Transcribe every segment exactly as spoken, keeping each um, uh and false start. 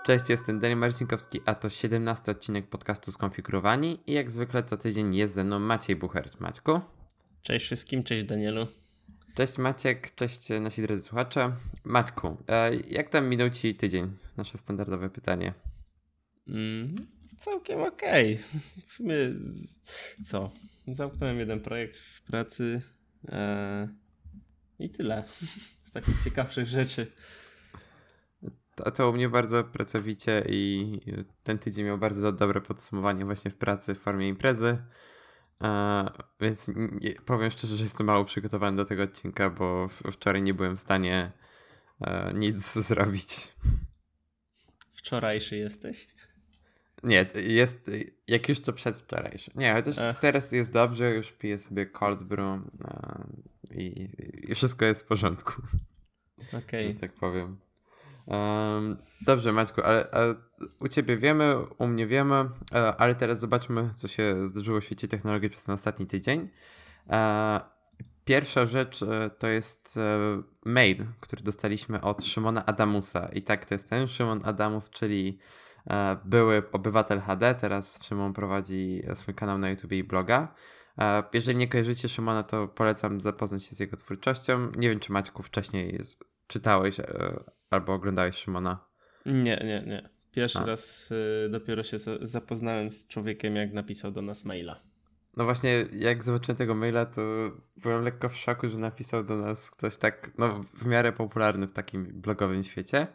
Cześć, jestem Daniel Marcinkowski, a to siedemnasty odcinek podcastu Skonfigurowani i jak zwykle co tydzień jest ze mną Maciej Buchert. Maćku? Cześć wszystkim, cześć Danielu. Cześć Maciek, cześć nasi drodzy słuchacze. Maćku, jak tam minął Ci tydzień? Nasze standardowe pytanie. Mm, całkiem okej. Okay. W sumie co? Zamknąłem jeden projekt w pracy ee, i tyle. Z takich ciekawszych rzeczy. To, to u mnie bardzo pracowicie i ten tydzień miał bardzo dobre podsumowanie właśnie w pracy w formie imprezy. Uh, więc nie, powiem szczerze, że jestem mało przygotowany do tego odcinka, bo w, wczoraj nie byłem w stanie uh, nic zrobić. Wczorajszy jesteś? Nie, jest, jak już to przedwczorajszy. Nie, chociaż Ech. teraz jest dobrze, już piję sobie cold brew uh, i, i wszystko jest w porządku. Okej. Okay. tak powiem. Um, dobrze, Maćku, ale, ale u ciebie wiemy, u mnie wiemy, ale teraz zobaczmy, co się zdarzyło w świecie technologii przez ten ostatni tydzień. Pierwsza rzecz to jest mail, który dostaliśmy od Szymona Adamusa. I tak, to jest ten Szymon Adamus, czyli były obywatel H D, teraz Szymon prowadzi swój kanał na YouTube i bloga. Jeżeli nie kojarzycie Szymona, to polecam zapoznać się z jego twórczością. Nie wiem, czy Maćku wcześniej czytałeś albo oglądałeś Szymona? Nie, nie, nie. Pierwszy A. raz y, dopiero się zapoznałem z człowiekiem, jak napisał do nas maila. No właśnie, jak zobaczyłem tego maila, to byłem lekko w szoku, że napisał do nas ktoś tak, no w miarę popularny w takim blogowym świecie.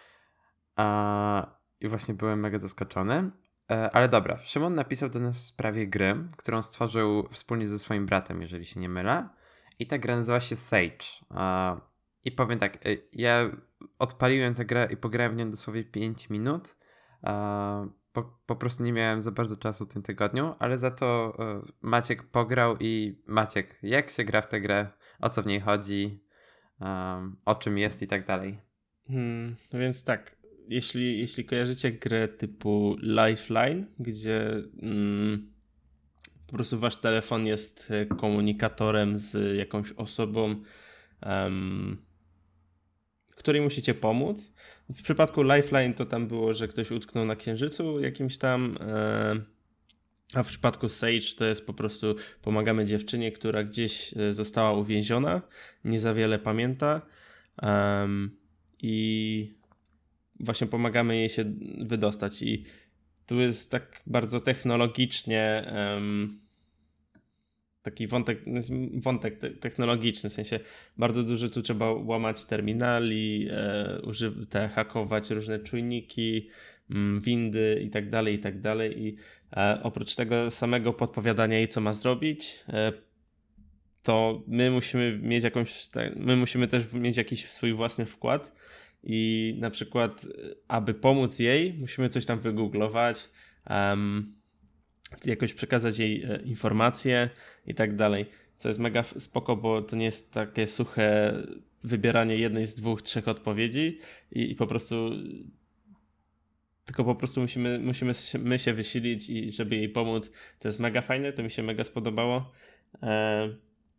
A, I właśnie byłem mega zaskoczony. E, ale dobra, Szymon napisał do nas w sprawie gry, którą stworzył wspólnie ze swoim bratem, jeżeli się nie mylę. I ta gra nazywa się Sage. A, I powiem tak, ja odpaliłem tę grę i pograłem w nią dosłownie pięć minut. Po, po prostu nie miałem za bardzo czasu w tym tygodniu, ale za to Maciek pograł i Maciek, jak się gra w tę grę, o co w niej chodzi, um, o czym jest i tak dalej. Hmm, no więc tak, jeśli, jeśli kojarzycie grę typu Lifeline, gdzie mm, po prostu wasz telefon jest komunikatorem z jakąś osobą, um, której musicie pomóc. W przypadku Lifeline to tam było, że ktoś utknął na księżycu jakimś tam, e, a w przypadku Sage to jest po prostu pomagamy dziewczynie, która gdzieś została uwięziona, nie za wiele pamięta um, i właśnie pomagamy jej się wydostać. I tu jest tak bardzo technologicznie um, taki wątek, wątek technologiczny, w sensie bardzo dużo tu trzeba łamać terminali, e, uży- te hakować różne czujniki, m, windy i tak dalej, i tak dalej. I e, oprócz tego samego podpowiadania jej, co ma zrobić, e, to my musimy mieć jakąś, my musimy też mieć jakiś swój własny wkład i na przykład, aby pomóc jej, musimy coś tam wygooglować, um, jakoś przekazać jej informacje i tak dalej, co jest mega spoko, bo to nie jest takie suche wybieranie jednej z dwóch, trzech odpowiedzi i, i po prostu tylko po prostu musimy, musimy my się wysilić i żeby jej pomóc. To jest mega fajne, to mi się mega spodobało. Eee...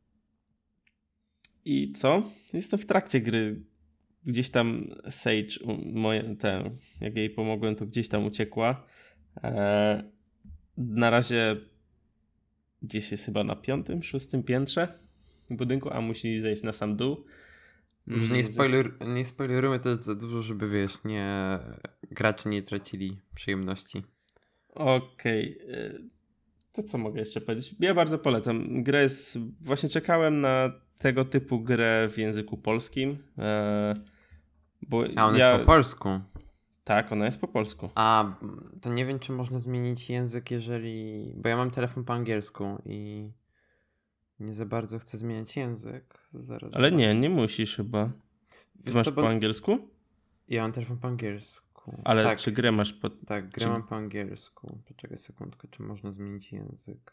I co? Jestem w trakcie gry. Gdzieś tam Sage, moje, te, jak jej pomogłem, to gdzieś tam uciekła. Eee... Na razie gdzieś jest chyba na piątym, szóstym piętrze budynku, a musi zejść na sam dół. Może nie, spoiler, nie spoilerujmy, to jest za dużo, żeby wiesz, nie gracze nie tracili przyjemności. Okej. Okay. To co mogę jeszcze powiedzieć? Ja bardzo polecam. Grę jest... Właśnie czekałem na tego typu grę w języku polskim. Bo a on ja... jest po polsku? Tak, ona jest po polsku. A, to nie wiem, czy można zmienić język, jeżeli... Bo ja mam telefon po angielsku i nie za bardzo chcę zmieniać język. Zaraz Ale zobaczę. nie, nie musisz chyba. Ty masz co, po angielsku? Ja mam telefon po angielsku. Ale tak, czy grę masz po... Tak, grę czy... mam po angielsku. Poczekaj sekundkę, czy można zmienić język?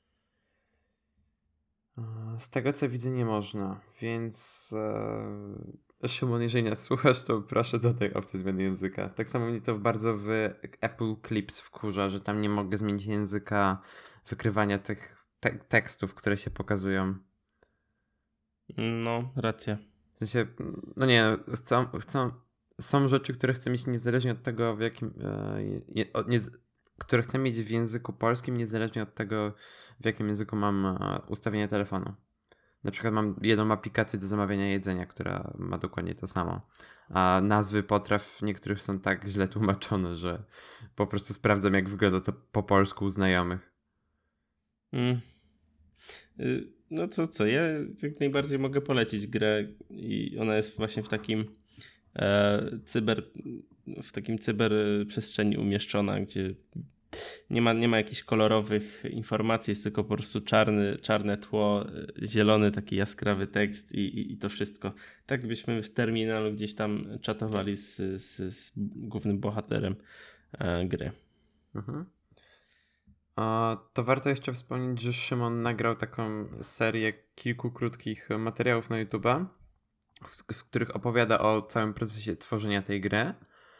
Z tego co widzę nie można, więc... E... Szymon, jeżeli nas słuchasz, to proszę dodaj opcję zmiany języka. Tak samo mnie to bardzo w Apple Clips wkurza, że tam nie mogę zmienić języka wykrywania tych te- tekstów, które się pokazują. No, racja. W sensie, no nie, chcą, chcą są rzeczy, które chcę mieć niezależnie od tego, w jakim, nie, nie, które chcę mieć w języku polskim, niezależnie od tego, w jakim języku mam ustawienie telefonu. Na przykład mam jedną aplikację do zamawiania jedzenia, która ma dokładnie to samo. A nazwy potraw niektórych są tak źle tłumaczone, że po prostu sprawdzam, jak wygląda to po polsku u znajomych. Mm. No to co, ja jak najbardziej mogę polecić grę i ona jest właśnie w takim e, cyber, w takim cyberprzestrzeni umieszczona, gdzie nie ma, nie ma jakichś kolorowych informacji, jest tylko po prostu czarny, czarne tło, zielony taki jaskrawy tekst i, i, i to wszystko. Tak byśmy w terminalu gdzieś tam czatowali z, z, z głównym bohaterem e, gry. Mhm. To warto jeszcze wspomnieć, że Szymon nagrał taką serię kilku krótkich materiałów na YouTube, w, w których opowiada o całym procesie tworzenia tej gry.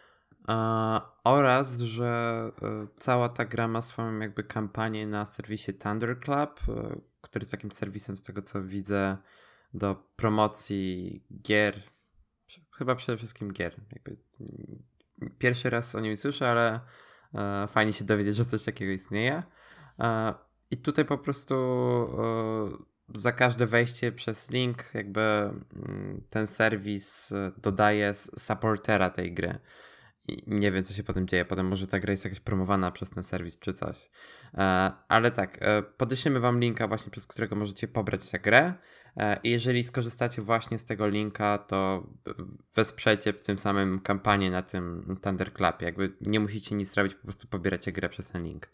Oraz, że cała ta gra ma swoją jakby kampanię na serwisie Thunderclap, który jest takim serwisem, z tego co widzę, do promocji gier, chyba przede wszystkim gier. Jakby pierwszy raz o nim słyszę, ale fajnie się dowiedzieć, że coś takiego istnieje. I tutaj po prostu za każde wejście przez link jakby ten serwis dodaje supportera tej gry. I nie wiem, co się potem dzieje. Potem może ta gra jest jakaś promowana przez ten serwis czy coś. Ale tak, podeślemy wam linka właśnie, przez którego możecie pobrać tę grę. I jeżeli skorzystacie właśnie z tego linka, to wesprzecie tym samym kampanię na tym Thunderclapie. Jakby nie musicie nic robić, po prostu pobieracie grę przez ten link.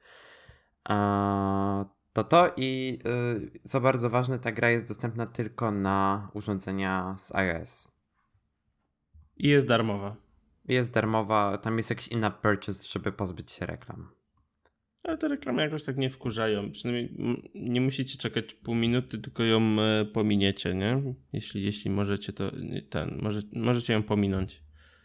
To to i co bardzo ważne, ta gra jest dostępna tylko na urządzenia z iOS. I jest darmowa. Jest darmowa, tam jest jakiś in-app purchase, żeby pozbyć się reklam. Ale te reklamy jakoś tak nie wkurzają. Przynajmniej nie musicie czekać pół minuty, tylko ją pominiecie, nie? Jeśli, jeśli możecie to, ten, może, możecie ją pominąć.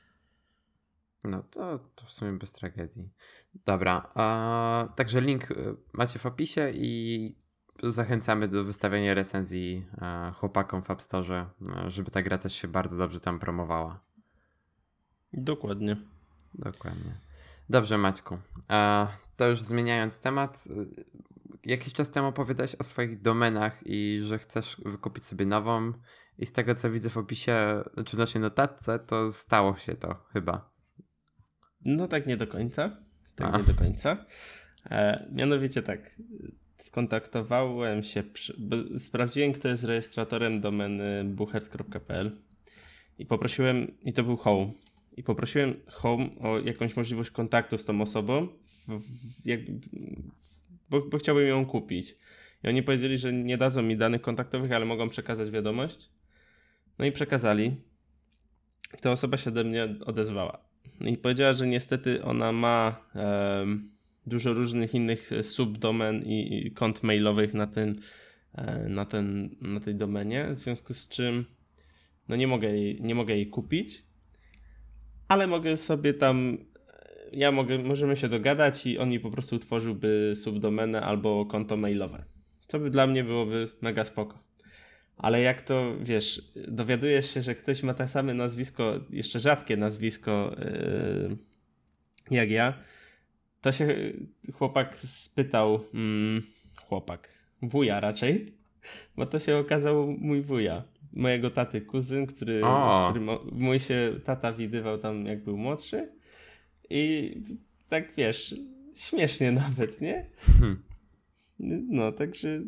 No to, to w sumie bez tragedii. Dobra, a, także link macie w opisie i zachęcamy do wystawiania recenzji a, chłopakom w App Store, żeby ta gra też się bardzo dobrze tam promowała. Dokładnie. Dokładnie. Dobrze, Maćku. A, to już zmieniając temat, jakiś czas temu opowiadałeś o swoich domenach i że chcesz wykupić sobie nową i z tego co widzę w opisie, czy w naszej notatce, to stało się to chyba. No tak nie do końca. Tak A. nie do końca. E, mianowicie tak, skontaktowałem się, przy, sprawdziłem, kto jest rejestratorem domeny buchert kropka p l i poprosiłem, i to był Home, i poprosiłem Home o jakąś możliwość kontaktu z tą osobą, w, jak, bo, bo chciałbym ją kupić. I oni powiedzieli, że nie dadzą mi danych kontaktowych, ale mogą przekazać wiadomość. No i przekazali. Ta osoba się ode mnie odezwała. I powiedziała, że niestety ona ma e, dużo różnych innych subdomen i, i kont mailowych na, ten, e, na, ten, na tej domenie, w związku z czym no nie mogę jej, nie mogę jej kupić, ale mogę sobie tam, ja mogę, możemy się dogadać i on mi po prostu utworzyłby subdomenę albo konto mailowe, co by dla mnie byłoby mega spoko. Ale jak to, wiesz, dowiadujesz się, że ktoś ma tak same nazwisko, jeszcze rzadkie nazwisko yy, jak ja, to się chłopak spytał, mm, chłopak, wuja raczej, bo to się okazał mój wuja, mojego taty kuzyn, który, z którym mój się tata widywał tam jak był młodszy i tak wiesz, śmiesznie nawet, nie? Hmm. No, także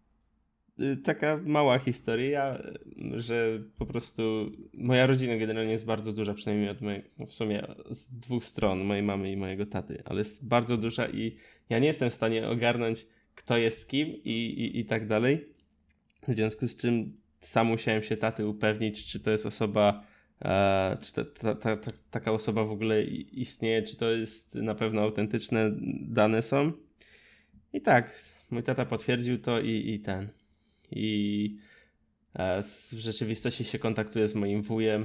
taka mała historia, że po prostu moja rodzina generalnie jest bardzo duża, przynajmniej od mojego, no w sumie z dwóch stron, mojej mamy i mojego taty, ale jest bardzo duża i ja nie jestem w stanie ogarnąć, kto jest kim i, i, i tak dalej. W związku z czym sam musiałem się taty upewnić, czy to jest osoba, e, czy ta, ta, ta, ta, taka osoba w ogóle istnieje, czy to jest na pewno autentyczne dane są. I tak, mój tata potwierdził to i, i ten. I e, w rzeczywistości się kontaktuje z moim wujem.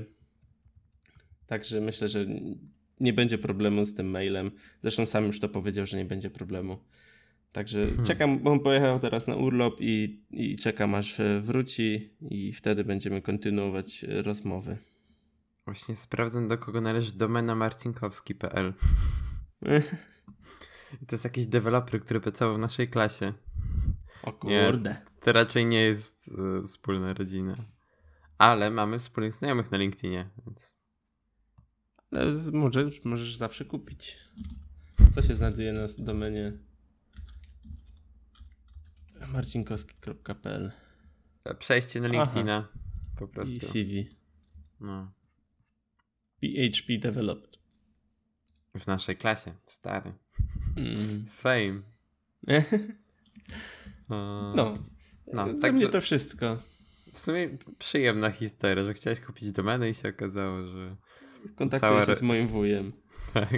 Także myślę, że nie będzie problemu z tym mailem. Zresztą sam już to powiedział, że nie będzie problemu. Także hmm. czekam, bo on pojechał teraz na urlop i, i czekam aż wróci i wtedy będziemy kontynuować rozmowy. Właśnie sprawdzam, do kogo należy domena marcinkowski kropka p l. To jest jakiś deweloper, który pracował w naszej klasie. O kurde. Nie, to raczej nie jest y, wspólna rodzina. Ale mamy wspólnych znajomych na LinkedInie, więc... Ale z- możesz, możesz zawsze kupić. Co się znajduje na domenie marcinkowski kropka p l Przejście na LinkedIna po i prostu. C V. No. P H P developed. W naszej klasie. Stary. Mm. Fame. E, No. No, Dla także- mnie to wszystko. W sumie przyjemna historia, że chciałeś kupić domenę i się okazało, że Kontaktuję Cała się re- z moim wujem. tak.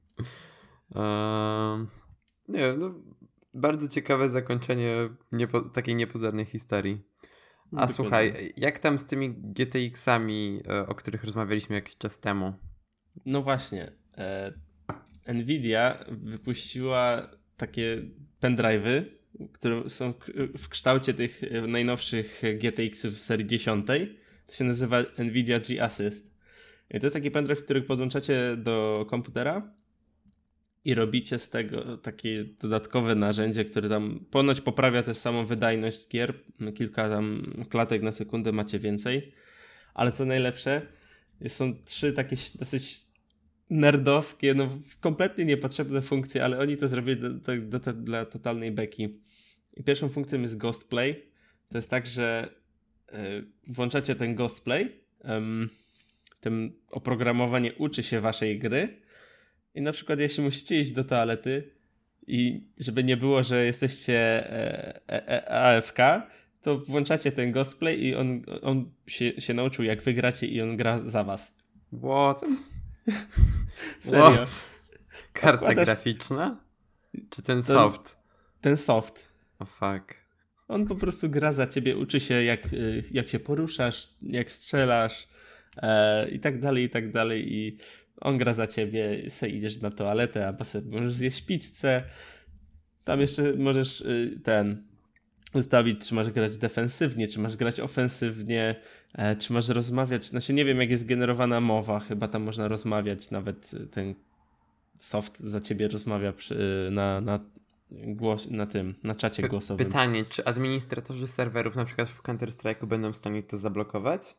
Ehm, nie, no bardzo ciekawe zakończenie niepo, takiej niepozornej historii. A Dokładnie. słuchaj, jak tam z tymi G T X-ami, e, o których rozmawialiśmy jakiś czas temu? No właśnie. E, Nvidia wypuściła takie pendrive'y, które są k- w kształcie tych e, najnowszych G T X-ów z serii dziesiąt. To się nazywa Nvidia G-Assist. I to jest taki pendrive, który podłączacie do komputera i robicie z tego takie dodatkowe narzędzie, które tam ponoć poprawia też samą wydajność gier. Kilka tam klatek na sekundę macie więcej. Ale co najlepsze, są trzy takie dosyć nerdowskie, no kompletnie niepotrzebne funkcje, ale oni to zrobili do, do, do, do, dla totalnej beki. I pierwszą funkcją jest Ghost Play. To jest tak, że y, włączacie ten Ghost Play, ym, tym oprogramowanie uczy się waszej gry i na przykład jeśli musicie iść do toalety i żeby nie było, że jesteście e, e, e, A F K, to włączacie ten Ghost Play i on, on się, się nauczył jak wygracie i on gra za was. What? Serio. What? Karta Odkładasz- graficzna? Czy ten soft? Ten soft. Oh fuck. On po prostu gra za ciebie, uczy się jak, y, jak się poruszasz, jak strzelasz e, i tak dalej, i tak dalej i on gra za ciebie, se idziesz na toaletę, albo sobie możesz zjeść pizzę. Tam jeszcze możesz y, ten ustawić, czy masz grać defensywnie, czy masz grać ofensywnie, e, czy masz rozmawiać. Znaczy nie wiem jak jest generowana mowa, chyba tam można rozmawiać, nawet y, ten soft za ciebie rozmawia przy, na, na, głos, na tym, na czacie Py- głosowym. Pytanie, czy administratorzy serwerów na przykład w Counter-Strike'u będą w stanie to zablokować?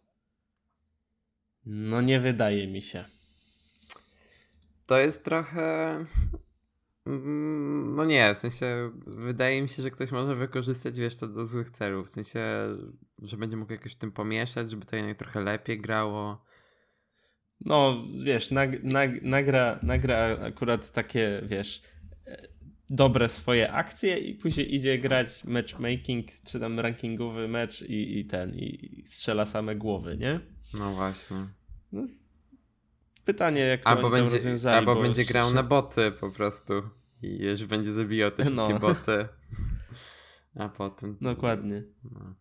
No nie wydaje mi się. To jest trochę... Mm, No nie, w sensie wydaje mi się, że ktoś może wykorzystać, wiesz, to do złych celów. W sensie, że będzie mógł jakoś w tym pomieszać, żeby to jednak trochę lepiej grało. No wiesz, nag, nag, nagra, nagra akurat takie, wiesz, e, dobre swoje akcje i później idzie grać matchmaking, czy tam rankingowy mecz i, i ten, i i strzela same głowy, nie? No właśnie. No, pytanie jak to Albo oni to będzie, rozwiązali, albo bo będzie jeszcze- grał na boty po prostu. I już będzie zabijał te wszystkie No. boty. A potem... Dokładnie. No.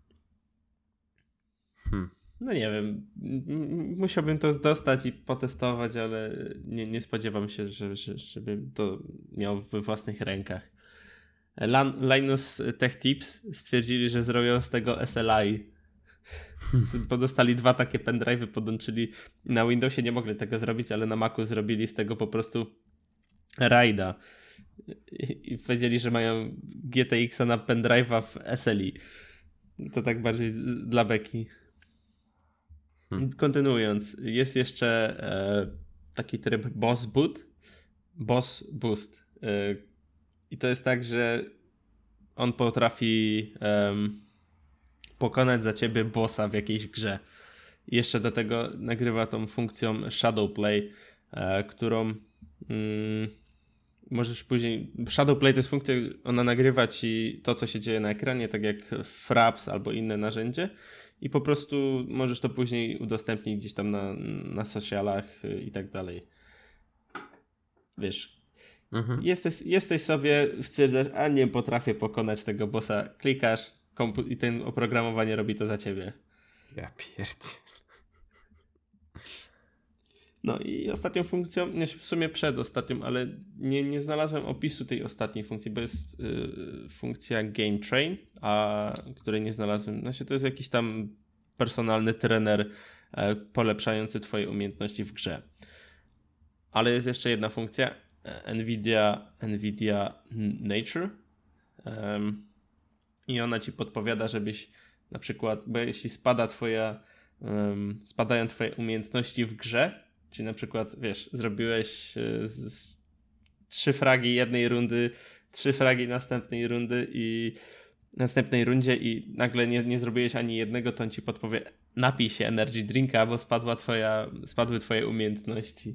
Hmm. No nie wiem, m- m- musiałbym to dostać i potestować, ale nie, nie spodziewam się, że, że, żebym to miał we własnych rękach. Lan, Linus Tech Tips stwierdzili, że zrobią z tego S L I. Bo dostali dwa takie pendrive'y, podłączyli. Na Windowsie nie mogli tego zrobić, ale na Macu zrobili z tego po prostu rajda. I, i powiedzieli, że mają G T X-a na pendrive'a w S L I. To tak bardziej z- dla beki. Hmm. Kontynuując, jest jeszcze e, taki tryb Boss Boot, Boss Boost. E, I to jest tak, że on potrafi em, pokonać za ciebie bossa w jakiejś grze. I jeszcze do tego nagrywa tą funkcją Shadowplay, e, którą mm, możesz później... Shadowplay to jest funkcja, ona nagrywa ci to, co się dzieje na ekranie, tak jak Fraps albo inne narzędzie. I po prostu możesz to później udostępnić gdzieś tam na, na socialach y, i tak dalej. Wiesz, Mhm. jesteś, jesteś sobie, stwierdzasz, a nie potrafię pokonać tego bossa, klikasz kompu- i ten oprogramowanie robi to za ciebie. Ja pierdzie. No i ostatnią funkcją, nie, w sumie przedostatnią, ale nie, nie znalazłem opisu tej ostatniej funkcji, bo jest y, funkcja Game Train, a której nie znalazłem. Znaczy to jest jakiś tam personalny trener polepszający twoje umiejętności w grze. Ale jest jeszcze jedna funkcja, Nvidia, Nvidia Nature um, i ona ci podpowiada, żebyś na przykład, bo jeśli spada twoja, um, spadają twoje umiejętności w grze, czyli na przykład, wiesz, zrobiłeś z, z trzy fragi jednej rundy, trzy fragi następnej rundy i następnej rundzie i nagle nie, nie zrobiłeś ani jednego, to on ci podpowie, napij się energy drinka, bo spadła twoja, spadły twoje umiejętności.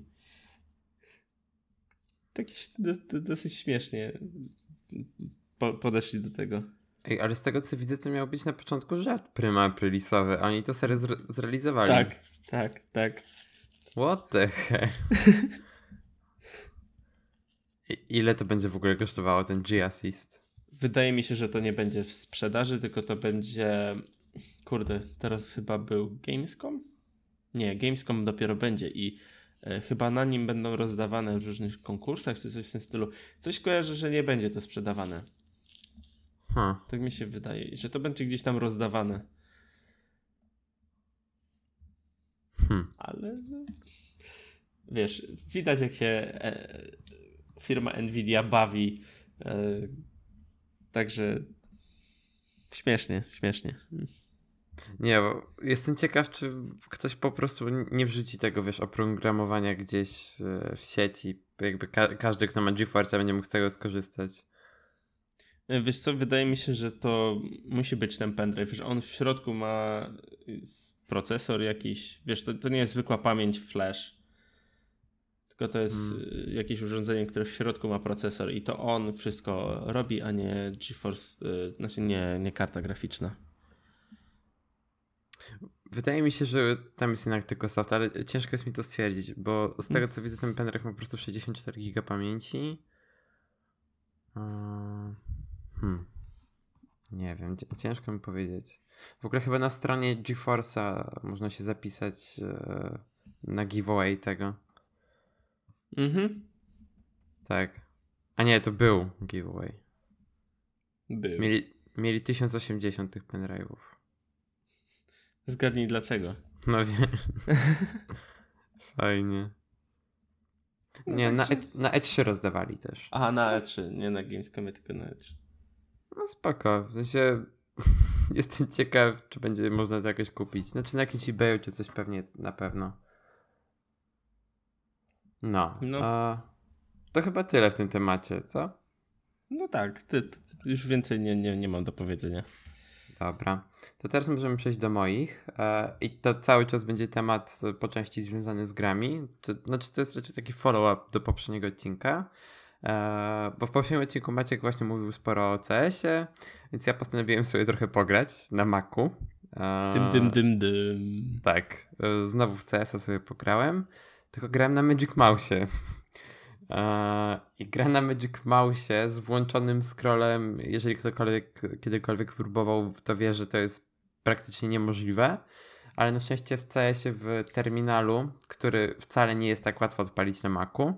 Tak dosyć śmiesznie po, podeszli do tego. Ej, ale z tego co widzę, to miał być na początku żart Prima Aprilisowy, a oni to serio zre- zrealizowali. Tak, tak, tak. What the hell? I- ile to będzie w ogóle kosztowało ten G-Assist? Wydaje mi się, że to nie będzie w sprzedaży, tylko to będzie... Kurde, teraz chyba był Gamescom? Nie, Gamescom dopiero będzie i e, chyba na nim będą rozdawane w różnych konkursach, czy coś w tym stylu. Coś kojarzę, że nie będzie to sprzedawane. Huh. Tak mi się wydaje, że to będzie gdzieś tam rozdawane. Hmm. Ale no, wiesz, widać jak się e, firma Nvidia bawi. E, także śmiesznie, śmiesznie. Nie, bo jestem ciekaw, czy ktoś po prostu nie wrzuci tego, wiesz, oprogramowania gdzieś e, w sieci. Jakby ka- każdy, kto ma GeForce, będzie mógł z tego skorzystać. Wiesz co, wydaje mi się, że to musi być ten pendrive, że on w środku ma procesor jakiś, wiesz, to, to nie jest zwykła pamięć flash, tylko to jest hmm. jakieś urządzenie, które w środku ma procesor i to on wszystko robi, a nie GeForce, znaczy nie, nie karta graficzna. Wydaje mi się, że tam jest jednak tylko soft, ale ciężko jest mi to stwierdzić, bo z tego co widzę, ten pendrive ma po prostu sześćdziesiąt cztery giga pamięci. Hmm. Nie wiem, ciężko mi powiedzieć. W ogóle chyba na stronie GeForce'a można się zapisać e, na giveaway tego. Mhm. Tak. A nie, to był giveaway. Był. Mieli, mieli tysiąc osiemdziesiąt tych pendrive'ów. Zgadnij dlaczego. No wiem. Fajnie. Nie, No na, tak, e, na E trzy rozdawali też. Aha, na E trzy, nie na Gamescomie, tylko na E trzy. No spoko, w sensie jestem ciekaw, czy będzie można to jakoś kupić. Znaczy na jakimś eBayu czy coś pewnie, na pewno. No, No. A, to chyba tyle w tym temacie, co? No tak, ty, ty, ty już więcej nie, nie, nie mam do powiedzenia. Dobra, to teraz możemy przejść do moich e, i to cały czas będzie temat po części związany z grami. To, znaczy to jest raczej taki follow-up do poprzedniego odcinka, e, bo w poprzednim odcinku Maciek właśnie mówił sporo o C S ie, więc ja postanowiłem sobie trochę pograć na Macu. E, Dym, dym, dym, dym. Tak, e, znowu w C S a sobie pograłem, tylko grałem na Magic Mouse'ie. I gra na Magic Mouse'ie z włączonym scrollem, jeżeli ktokolwiek kiedykolwiek próbował, to wie, że to jest praktycznie niemożliwe, ale na szczęście w C S ie w terminalu, który wcale nie jest tak łatwo odpalić na Macu,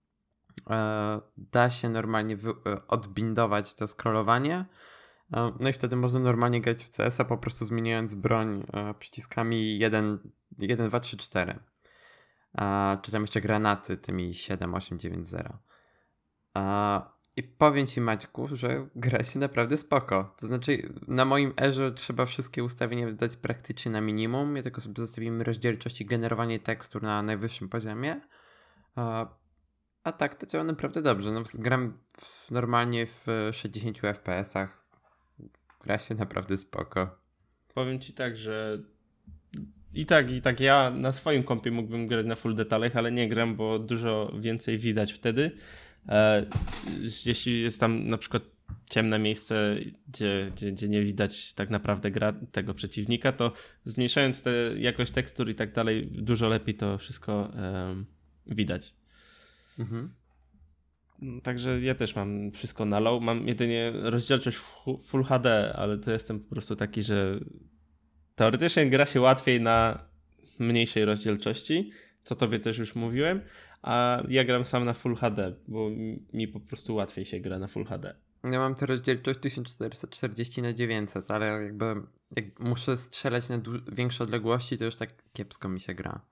da się normalnie wy- odbindować to scrollowanie, no i wtedy można normalnie grać w C S a po prostu zmieniając broń przyciskami jeden, dwa, trzy, cztery. A, czy tam jeszcze granaty tymi siedem, osiem, dziewięć, zero. A, I powiem ci, Maćku, że gra się naprawdę spoko. To znaczy na moim Erze trzeba wszystkie ustawienia dać praktycznie na minimum. Ja tylko sobie zostawimy rozdzielczość i generowanie tekstur na najwyższym poziomie. A, a tak to działa naprawdę dobrze. No, gram w, normalnie w sześćdziesięciu F P S ach. Gra się naprawdę spoko. Powiem ci tak, że I tak, i tak ja na swoim kompie mógłbym grać na full detalach, ale nie gram, bo dużo więcej widać wtedy. E, jeśli jest tam na przykład ciemne miejsce, gdzie, gdzie, gdzie nie widać tak naprawdę gra tego przeciwnika, to zmniejszając tę jakość tekstur i tak dalej, dużo lepiej to wszystko e, widać. Mhm. Także ja też mam wszystko na low. Mam jedynie rozdzielczość Full H D, ale to jestem po prostu taki, że teoretycznie gra się łatwiej na mniejszej rozdzielczości, co tobie też już mówiłem, a ja gram sam na Full H D, bo mi po prostu łatwiej się gra na Full H D. Ja mam tę rozdzielczość tysiąc czterysta czterdzieści na dziewięćset, ale jakby jak muszę strzelać na dłu- większe odległości, to już tak kiepsko mi się gra.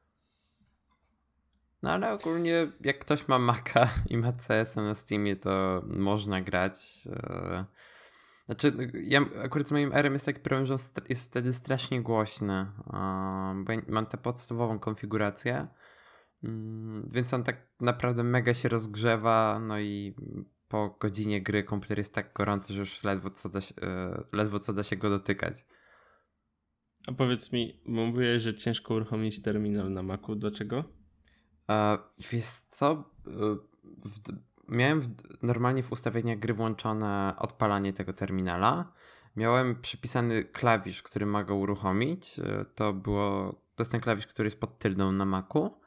No ale ogólnie jak ktoś ma Maca i ma C S a na Steamie, to można grać. e, Znaczy, ja akurat z moim R-em jest taki problem, że on st- jest wtedy strasznie głośny, e, bo ja mam tę podstawową konfigurację, mm, więc on tak naprawdę mega się rozgrzewa, no i po godzinie gry komputer jest tak gorący, że już ledwo co da się, e, ledwo co da się go dotykać. A powiedz mi, bo mówiłeś, że ciężko uruchomić terminal na Macu. Dlaczego? E, Wiesz co? E, W, miałem w, normalnie w ustawieniach gry włączone odpalanie tego terminala. Miałem przypisany klawisz, który ma go uruchomić. E, To było, to jest ten klawisz, który jest pod tyldą na Macu.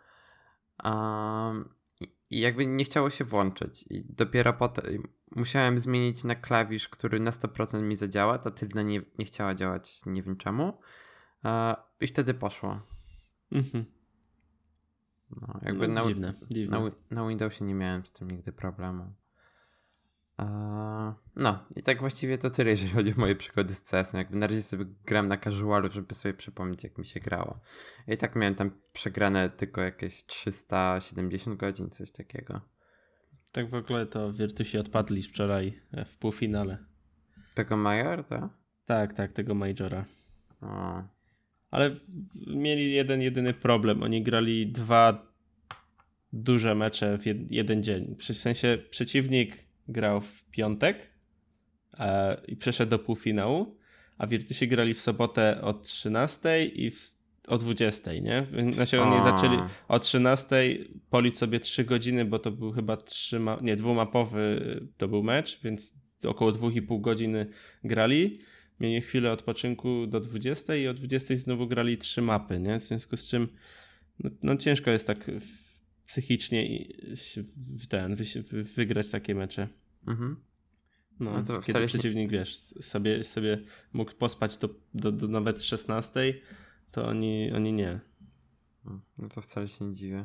Um, i, I jakby nie chciało się włączyć. I dopiero potem musiałem zmienić na klawisz, który na sto procent mi zadziała. Ta tylda nie, nie chciała działać, nie wiem czemu. E, I wtedy poszło. Mhm. No, jakby No, na, dziwne, dziwne. na, Wi- na Windowsie nie miałem z tym nigdy problemu. Eee, no i tak właściwie to tyle, jeżeli chodzi o moje przygody z C S em. Jakby na razie sobie gram na casualu, żeby sobie przypomnieć, jak mi się grało. I tak miałem tam przegrane tylko jakieś trzysta siedemdziesiąt godzin, coś takiego. Tak w ogóle to Virtusi odpadli wczoraj w półfinale. Tego Major, to? Tak, tak, tego Majora. O. Ale mieli jeden, jedyny problem. Oni grali dwa duże mecze w jed- jeden dzień. W sensie przeciwnik grał w piątek e, i przeszedł do półfinału, a Virtusi grali w sobotę o trzynastej i w, o dwudziestej, nie? Znaczy oni O. zaczęli o trzynastej, policz sobie trzy godziny, bo to był chyba trzyma, nie, dwumapowy to był mecz, więc około dwóch i pół godziny grali. Mieli chwilę odpoczynku do dwudziestej i o dwudziestej znowu grali trzy mapy, nie? W związku z czym no, no ciężko jest tak w, psychicznie i- w ten, wy, wy, wygrać takie mecze. Mhm. No, No to kiedy wcale się- przeciwnik, wiesz, sobie, sobie mógł pospać do, do, do nawet szesnastej, to oni, oni nie. No to wcale się nie dziwię.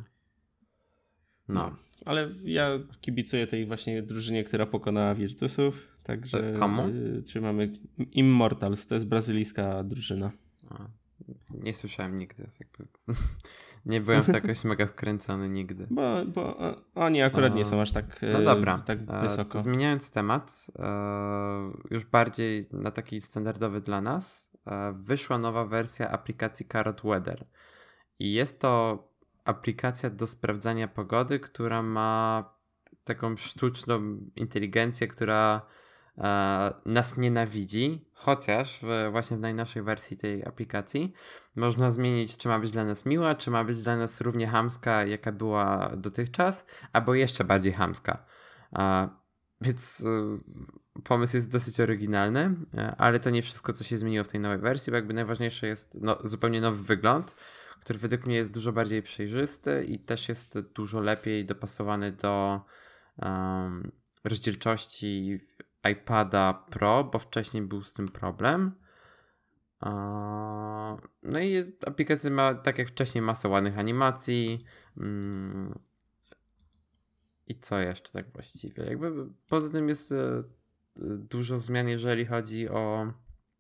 No. Ale ja kibicuję tej właśnie drużynie, która pokonała Virtusów, także E, komu? y, trzymamy Immortals, to jest brazylijska drużyna. O. Nie słyszałem nigdy. Jakby. Nie byłem w to jakoś mega wkręcony nigdy. Bo, bo o, oni akurat nie A, są aż tak, No y, dobra, tak e, wysoko. to zmieniając temat, e, już bardziej na taki standardowy dla nas, e, wyszła nowa wersja aplikacji Carrot Weather. I jest to aplikacja do sprawdzania pogody, która ma taką sztuczną inteligencję, która e, nas nienawidzi, chociaż w, właśnie w najnowszej wersji tej aplikacji można zmienić, czy ma być dla nas miła, czy ma być dla nas równie chamska, jaka była dotychczas, albo jeszcze bardziej chamska. E, więc e, pomysł jest dosyć oryginalny, e, ale to nie wszystko, co się zmieniło w tej nowej wersji, bo jakby najważniejsze jest no, zupełnie nowy wygląd, który według mnie jest dużo bardziej przejrzysty i też jest dużo lepiej dopasowany do um, rozdzielczości iPada Pro, bo wcześniej był z tym problem. Uh, no i jest, aplikacja ma, tak jak wcześniej, masę ładnych animacji. Mm, I co jeszcze tak właściwie? Jakby poza tym jest e, dużo zmian, jeżeli chodzi o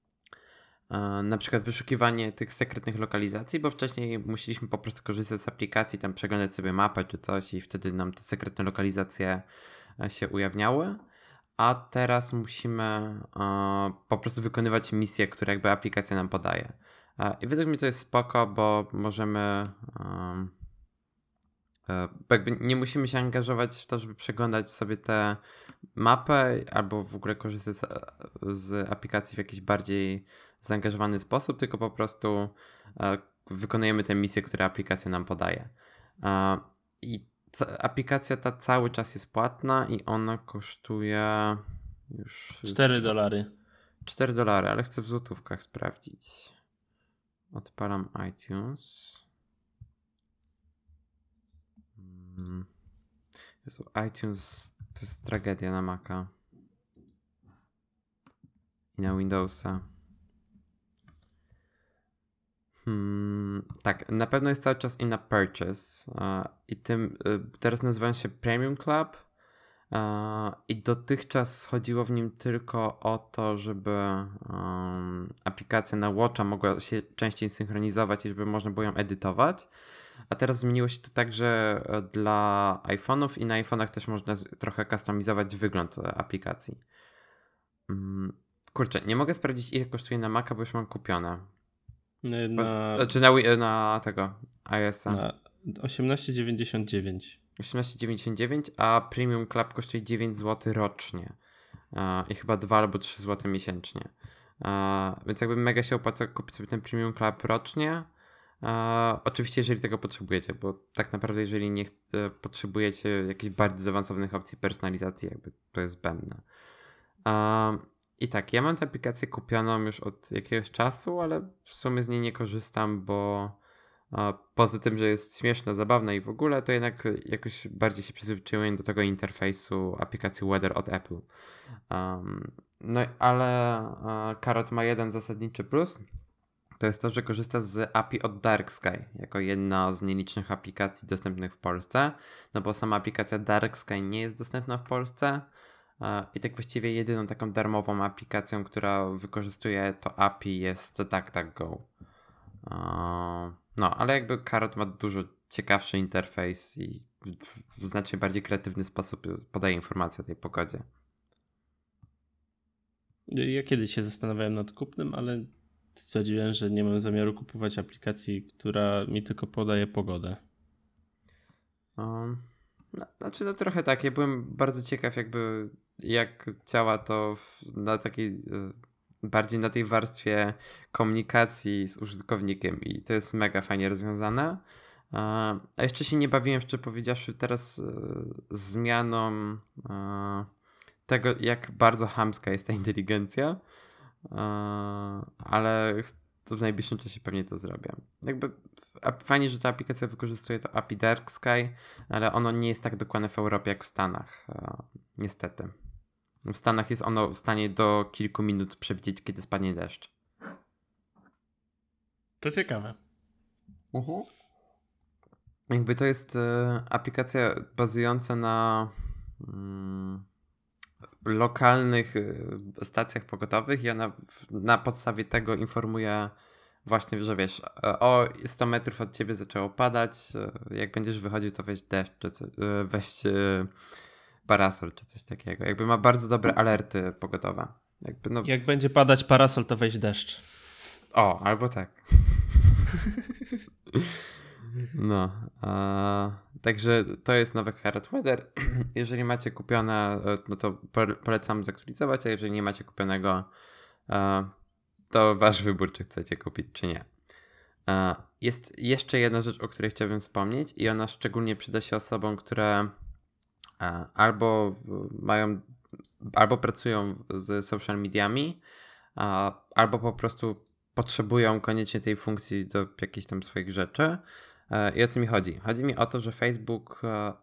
e, na przykład wyszukiwanie tych sekretnych lokalizacji, bo wcześniej musieliśmy po prostu korzystać z aplikacji, tam przeglądać sobie mapę czy coś i wtedy nam te sekretne lokalizacje e, się ujawniały. A teraz musimy e, po prostu wykonywać misje, które jakby aplikacja nam podaje. E, I według mnie to jest spoko, bo możemy e, e, bo jakby nie musimy się angażować w to, żeby przeglądać sobie tę mapę albo w ogóle korzystać z, z aplikacji w jakiś bardziej zaangażowany sposób, tylko po prostu e, wykonujemy te misje, które aplikacja nam podaje. E, I ca- aplikacja ta cały czas jest płatna i ona kosztuje już... cztery dolary. cztery dolary, ale chcę w złotówkach sprawdzić. Odpalam iTunes. Mm. Jezu, iTunes to jest tragedia na Maca i na Windowsa. Hmm, tak, na pewno jest cały czas in a purchase. Uh, I tym y, teraz nazywają się Premium Club, I dotychczas chodziło w nim tylko o to, żeby um, aplikacja na Watcha mogła się częściej synchronizować i żeby można było ją edytować. A teraz zmieniło się to tak, że dla iPhone'ów i na iPhone'ach też można trochę customizować wygląd aplikacji. Kurczę, nie mogę sprawdzić, ile kosztuje na Maca, bo już mam kupione. Na... Czy na, na tego iOS-a? Na osiemnaście dziewięćdziesiąt dziewięć. osiemnaście dziewięćdziesiąt dziewięć, a Premium Club kosztuje dziewięć złotych rocznie. I chyba dwa albo trzy złote miesięcznie. Więc jakby mega się opłaca kupić sobie ten Premium Club rocznie. Oczywiście, jeżeli tego potrzebujecie, bo tak naprawdę, jeżeli nie potrzebujecie jakichś bardziej zaawansowanych opcji personalizacji, jakby to jest zbędne. I tak, ja mam tę aplikację kupioną już od jakiegoś czasu, ale w sumie z niej nie korzystam, bo poza tym, że jest śmieszna, zabawna i w ogóle, to jednak jakoś bardziej się przyzwyczaiłem do tego interfejsu aplikacji Weather od Apple. Um, no ale uh, Carrot ma jeden zasadniczy plus. To jest to, że korzysta z A P I od Dark Sky jako jedna z nielicznych aplikacji dostępnych w Polsce, no bo sama aplikacja Dark Sky nie jest dostępna w Polsce uh, i tak właściwie jedyną taką darmową aplikacją, która wykorzystuje to A P I jest DuckDuckGo. Uh, No, ale jakby Carrot ma dużo ciekawszy interfejs i w znacznie bardziej kreatywny sposób podaje informacje o tej pogodzie. Ja kiedyś się zastanawiałem nad kupnem, ale stwierdziłem, że nie mam zamiaru kupować aplikacji, która mi tylko podaje pogodę. Um, no, znaczy no trochę tak, ja byłem bardzo ciekaw jakby jak działa to w, na takiej bardziej na tej warstwie komunikacji z użytkownikiem i to jest mega fajnie rozwiązane. A jeszcze się nie bawiłem, szczerze powiedziawszy, teraz z zmianą tego, jak bardzo chamska jest ta inteligencja, ale w najbliższym czasie pewnie to zrobię. Jakby fajnie, że ta aplikacja wykorzystuje to A P I Dark Sky, ale ono nie jest tak dokładne w Europie jak w Stanach, niestety. W Stanach jest ono w stanie do kilku minut przewidzieć, kiedy spadnie deszcz. To ciekawe. Uh-huh. Jakby to jest e, aplikacja bazująca na mm, lokalnych e, stacjach pogodowych i ona w, na podstawie tego informuje właśnie, że wiesz, e, o sto metrów od ciebie zaczęło padać, e, jak będziesz wychodził, to weź deszcz, czy co, e, weź e, parasol, czy coś takiego. Jakby ma bardzo dobre alerty pogodowe. Jakby, no... Jak będzie padać parasol, to weź deszcz. O, albo tak. No, a, także to jest nowy Carrot Weather. Jeżeli macie kupione, no to polecam zaktualizować, a jeżeli nie macie kupionego, to wasz wybór, czy chcecie kupić, czy nie. Jest jeszcze jedna rzecz, o której chciałbym wspomnieć i ona szczególnie przyda się osobom, które albo mają, albo pracują z social mediami, albo po prostu potrzebują koniecznie tej funkcji do jakichś tam swoich rzeczy. I o co mi chodzi? Chodzi mi o to, że Facebook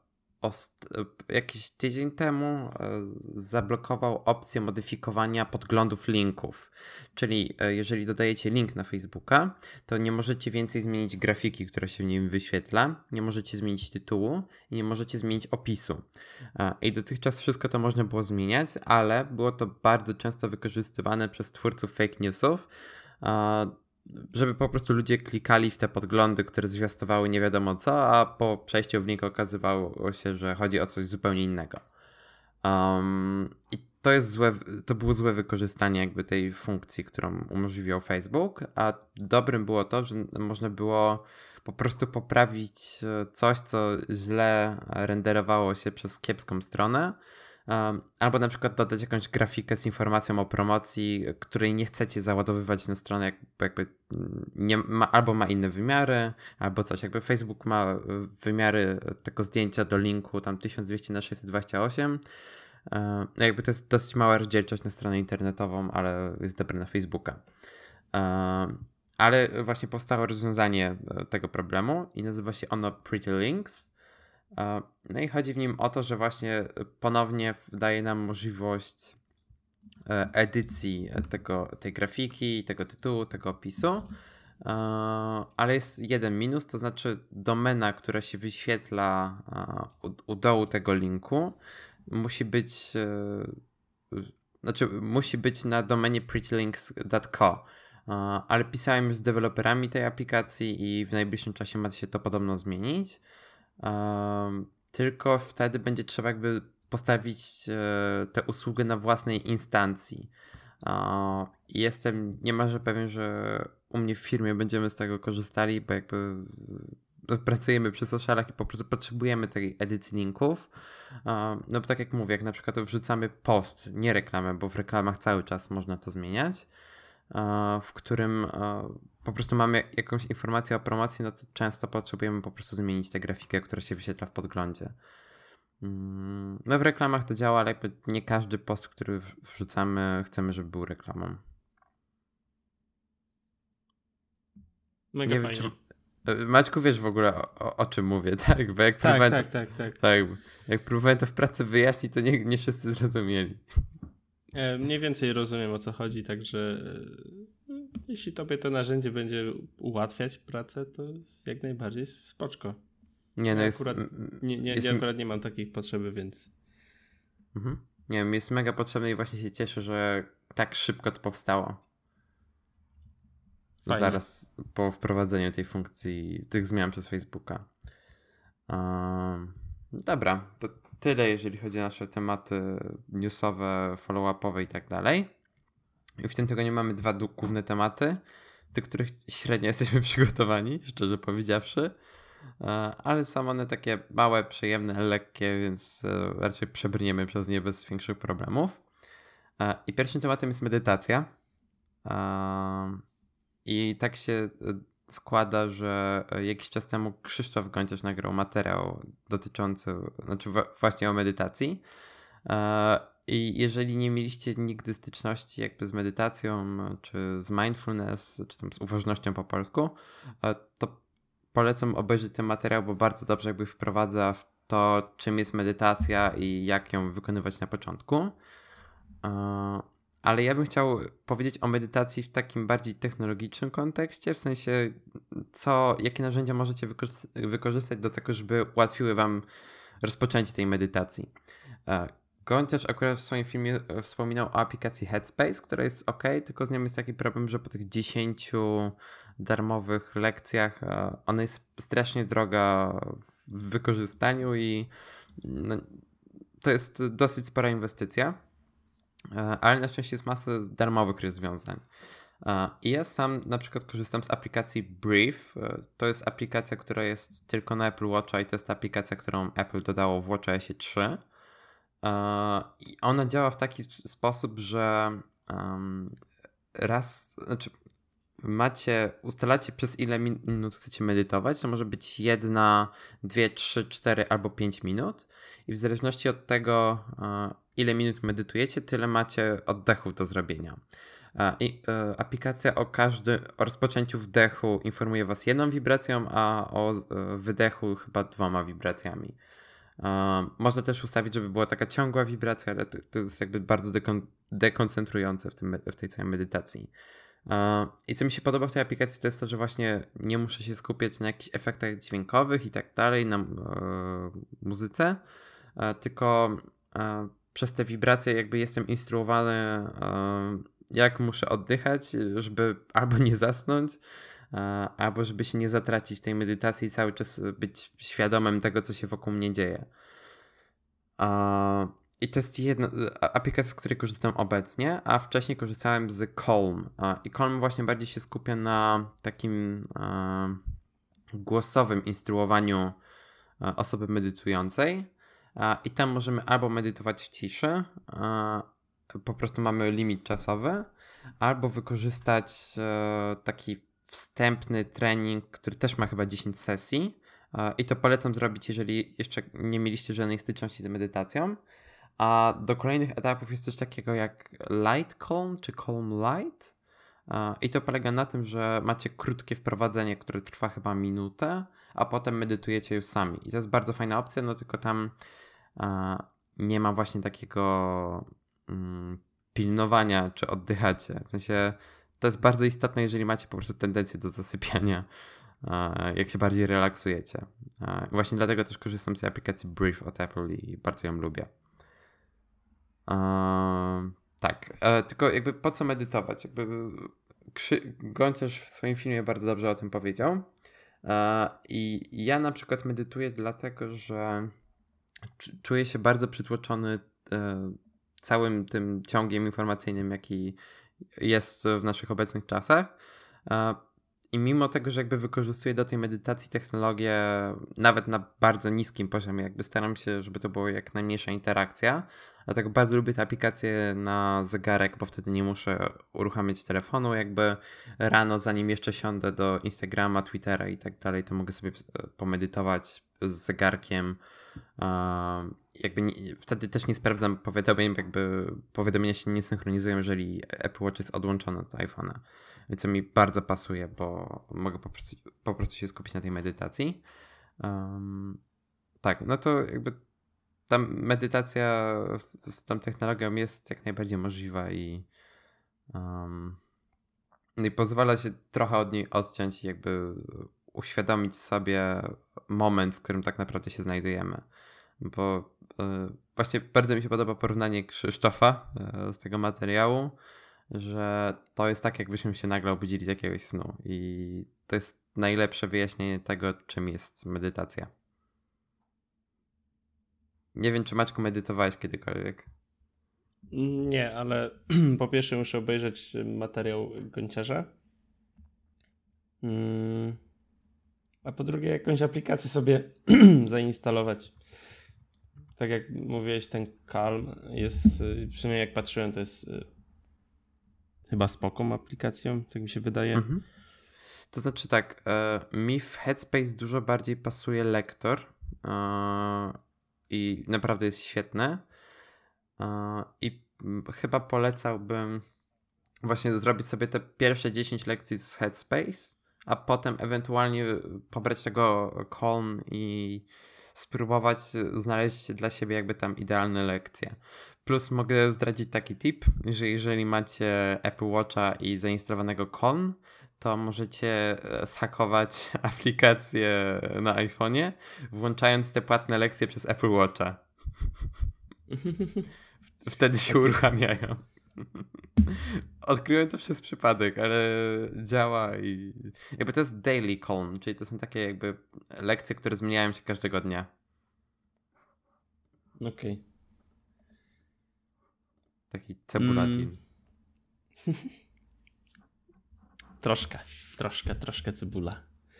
jakiś tydzień temu zablokował opcję modyfikowania podglądów linków. Czyli jeżeli dodajecie link na Facebooka, to nie możecie więcej zmienić grafiki, która się w nim wyświetla, nie możecie zmienić tytułu i nie możecie zmienić opisu. I dotychczas wszystko to można było zmieniać, ale było to bardzo często wykorzystywane przez twórców fake newsów, żeby po prostu ludzie klikali w te podglądy, które zwiastowały nie wiadomo co, a po przejściu w link okazywało się, że chodzi o coś zupełnie innego. Um, I to jest złe, to było złe wykorzystanie jakby tej funkcji, którą umożliwiał Facebook, a dobrym było to, że można było po prostu poprawić coś, co źle renderowało się przez kiepską stronę, Um, albo na przykład dodać jakąś grafikę z informacją o promocji, której nie chcecie załadowywać na stronę, jakby, jakby nie ma, albo ma inne wymiary, albo coś. Jakby Facebook ma wymiary tego zdjęcia do linku tam tysiąc dwieście na sześćset dwadzieścia osiem. Um, jakby to jest dosyć mała rozdzielczość na stronę internetową, ale jest dobre na Facebooka. Um, ale właśnie powstało rozwiązanie tego problemu i nazywa się ono Pretty Links. No i chodzi w nim o to, że właśnie ponownie daje nam możliwość edycji tego, tej grafiki, tego tytułu, tego opisu, ale jest jeden minus, to znaczy domena, która się wyświetla u, u dołu tego linku, musi być yy, znaczy musi być na domenie prettylinks kropka co, yy, ale pisałem już z deweloperami tej aplikacji i w najbliższym czasie ma się to podobno zmienić. Yy, tylko wtedy będzie trzeba jakby postawić yy, tę usługę na własnej instancji. I jestem niemalże pewien, że u mnie w firmie będziemy z tego korzystali, bo jakby pracujemy przy socialach i po prostu potrzebujemy tej edycji linków. No bo tak jak mówię, jak na przykład wrzucamy post, nie reklamę, bo w reklamach cały czas można to zmieniać, w którym po prostu mamy jakąś informację o promocji, no to często potrzebujemy po prostu zmienić tę grafikę, która się wyświetla w podglądzie. No w reklamach to działa, ale jakby nie każdy post, który wrzucamy, chcemy, żeby był reklamą. Mega nie fajnie. Wiem, czy... Maćku, wiesz w ogóle o, o, o czym mówię, tak? Bo jak tak, próbowałem tak, to... tak, tak, tak. Jak próbowałem to w pracy wyjaśnić, to nie, nie wszyscy zrozumieli. E, mniej więcej rozumiem, o co chodzi, także e, jeśli tobie to narzędzie będzie ułatwiać pracę, to jak najbardziej spoczko. Nie, no ja jest, akurat, nie, nie, jest... ja akurat nie mam takiej potrzeby, więc... Mhm. Nie wiem, jest mega potrzebne i właśnie się cieszę, że tak szybko to powstało. Fajnie. Zaraz po wprowadzeniu tej funkcji, tych zmian przez Facebooka. Um, dobra, to tyle, jeżeli chodzi o nasze tematy newsowe, follow-upowe i tak dalej. I w tym tygodniu mamy dwa główne tematy, do których średnio jesteśmy przygotowani, szczerze powiedziawszy. Ale są one takie małe, przyjemne, lekkie, więc raczej przebrniemy przez nie bez większych problemów. I pierwszym tematem jest medytacja. I tak się składa, że jakiś czas temu Krzysztof Gonciarz nagrał materiał dotyczący, znaczy właśnie o medytacji. I jeżeli nie mieliście nigdy styczności jakby z medytacją, czy z mindfulness, czy tam z uważnością po polsku, to polecam obejrzeć ten materiał, bo bardzo dobrze jakby wprowadza w to, czym jest medytacja i jak ją wykonywać na początku. Ale ja bym chciał powiedzieć o medytacji w takim bardziej technologicznym kontekście, w sensie co, jakie narzędzia możecie wykorzy- wykorzystać do tego, żeby ułatwiły wam rozpoczęcie tej medytacji. Gonciarz akurat w swoim filmie wspominał o aplikacji Headspace, która jest ok, tylko z nią jest taki problem, że po tych dziesięciu darmowych lekcjach ona jest strasznie droga w wykorzystaniu i no, to jest dosyć spora inwestycja, ale na szczęście jest masa darmowych rozwiązań. I ja sam na przykład korzystam z aplikacji Breathe. To jest aplikacja, która jest tylko na Apple Watcha i to jest aplikacja, którą Apple dodało w WatchOSie trzy. I ona działa w taki sposób, że um, raz, znaczy macie, ustalacie przez ile minut chcecie medytować, to może być jedna, dwie, trzy, cztery albo pięć minut i w zależności od tego, ile minut medytujecie, tyle macie oddechów do zrobienia. I aplikacja o każdym, o rozpoczęciu wdechu informuje was jedną wibracją, a o wydechu chyba dwoma wibracjami. Można też ustawić, żeby była taka ciągła wibracja, ale to, to jest jakby bardzo dekon- dekoncentrujące w, tym, w tej całej medytacji. I co mi się podoba w tej aplikacji, to jest to, że właśnie nie muszę się skupiać na jakichś efektach dźwiękowych i tak dalej, na e, muzyce, e, tylko e, przez te wibracje jakby jestem instruowany, e, jak muszę oddychać, żeby albo nie zasnąć, e, albo żeby się nie zatracić w tej medytacji i cały czas być świadomym tego, co się wokół mnie dzieje. E, I to jest jedna aplikacja, z której korzystam obecnie, a wcześniej korzystałem z Calm. I Calm właśnie bardziej się skupia na takim e, głosowym instruowaniu osoby medytującej. I tam możemy albo medytować w ciszy, e, po prostu mamy limit czasowy, albo wykorzystać e, taki wstępny trening, który też ma chyba dziesięć sesji. E, I to polecam zrobić, jeżeli jeszcze nie mieliście żadnej styczności z medytacją. A do kolejnych etapów jest coś takiego jak Light Calm czy Calm Light. I to polega na tym, że macie krótkie wprowadzenie, które trwa chyba minutę, a potem medytujecie już sami. I to jest bardzo fajna opcja, no tylko tam nie ma właśnie takiego mm, pilnowania, czy oddychacie. W sensie to jest bardzo istotne, jeżeli macie po prostu tendencję do zasypiania, jak się bardziej relaksujecie. Właśnie dlatego też korzystam z tej aplikacji Breathe od Apple i bardzo ją lubię. Eee, tak, e, tylko jakby po co medytować? Jakby Krzy- Gonciarz w swoim filmie bardzo dobrze o tym powiedział. E, I ja na przykład medytuję dlatego, że cz- czuję się bardzo przytłoczony e, całym tym ciągiem informacyjnym, jaki jest w naszych obecnych czasach. E, I mimo tego, że jakby wykorzystuję do tej medytacji technologię nawet na bardzo niskim poziomie, jakby staram się, żeby to było jak najmniejsza interakcja, dlatego bardzo lubię te aplikacje na zegarek, bo wtedy nie muszę uruchamiać telefonu, jakby rano, zanim jeszcze siądę do Instagrama, Twittera i tak dalej, to mogę sobie pomedytować z zegarkiem. Um, jakby nie, wtedy też nie sprawdzam powiadomień, jakby powiadomienia się nie synchronizują, jeżeli Apple Watch jest odłączony od iPhone'a. Więc to mi bardzo pasuje, bo mogę po prostu, po prostu się skupić na tej medytacji. Um, tak, no to jakby ta medytacja z, z tą technologią jest jak najbardziej możliwa i, um, i pozwala się trochę od niej odciąć i jakby uświadomić sobie moment, w którym tak naprawdę się znajdujemy. Bo y, właśnie bardzo mi się podoba porównanie Krzysztofa y, z tego materiału, że to jest tak, jakbyśmy się nagle obudzili z jakiegoś snu i to jest najlepsze wyjaśnienie tego, czym jest medytacja. Nie wiem, czy Maćku medytowałeś kiedykolwiek. Nie, ale po pierwsze muszę obejrzeć materiał Gonciarza. Mm. A po drugie jakąś aplikację sobie zainstalować. Tak jak mówiłeś, ten Calm jest, przynajmniej jak patrzyłem, to jest chyba spoką aplikacją, tak mi się wydaje. Mhm. To znaczy tak, e, mi w Headspace dużo bardziej pasuje lektor e, i naprawdę jest świetny. E, I m, chyba polecałbym właśnie zrobić sobie te pierwsze dziesięć lekcji z Headspace, a potem ewentualnie pobrać tego Calm i spróbować znaleźć dla siebie jakby tam idealne lekcje. Plus mogę zdradzić taki tip, że jeżeli macie Apple Watcha i zainstalowanego Calm, to możecie zhakować aplikację na iPhone'ie, włączając te płatne lekcje przez Apple Watcha. Wtedy się okay. uruchamiają. Odkryłem to przez przypadek, ale działa i jakby to jest daily calm, czyli to są takie jakby lekcje, które zmieniają się każdego dnia. Okej. Okay. Taki cebulatin. Mm. troszkę, troszkę, troszkę cebula.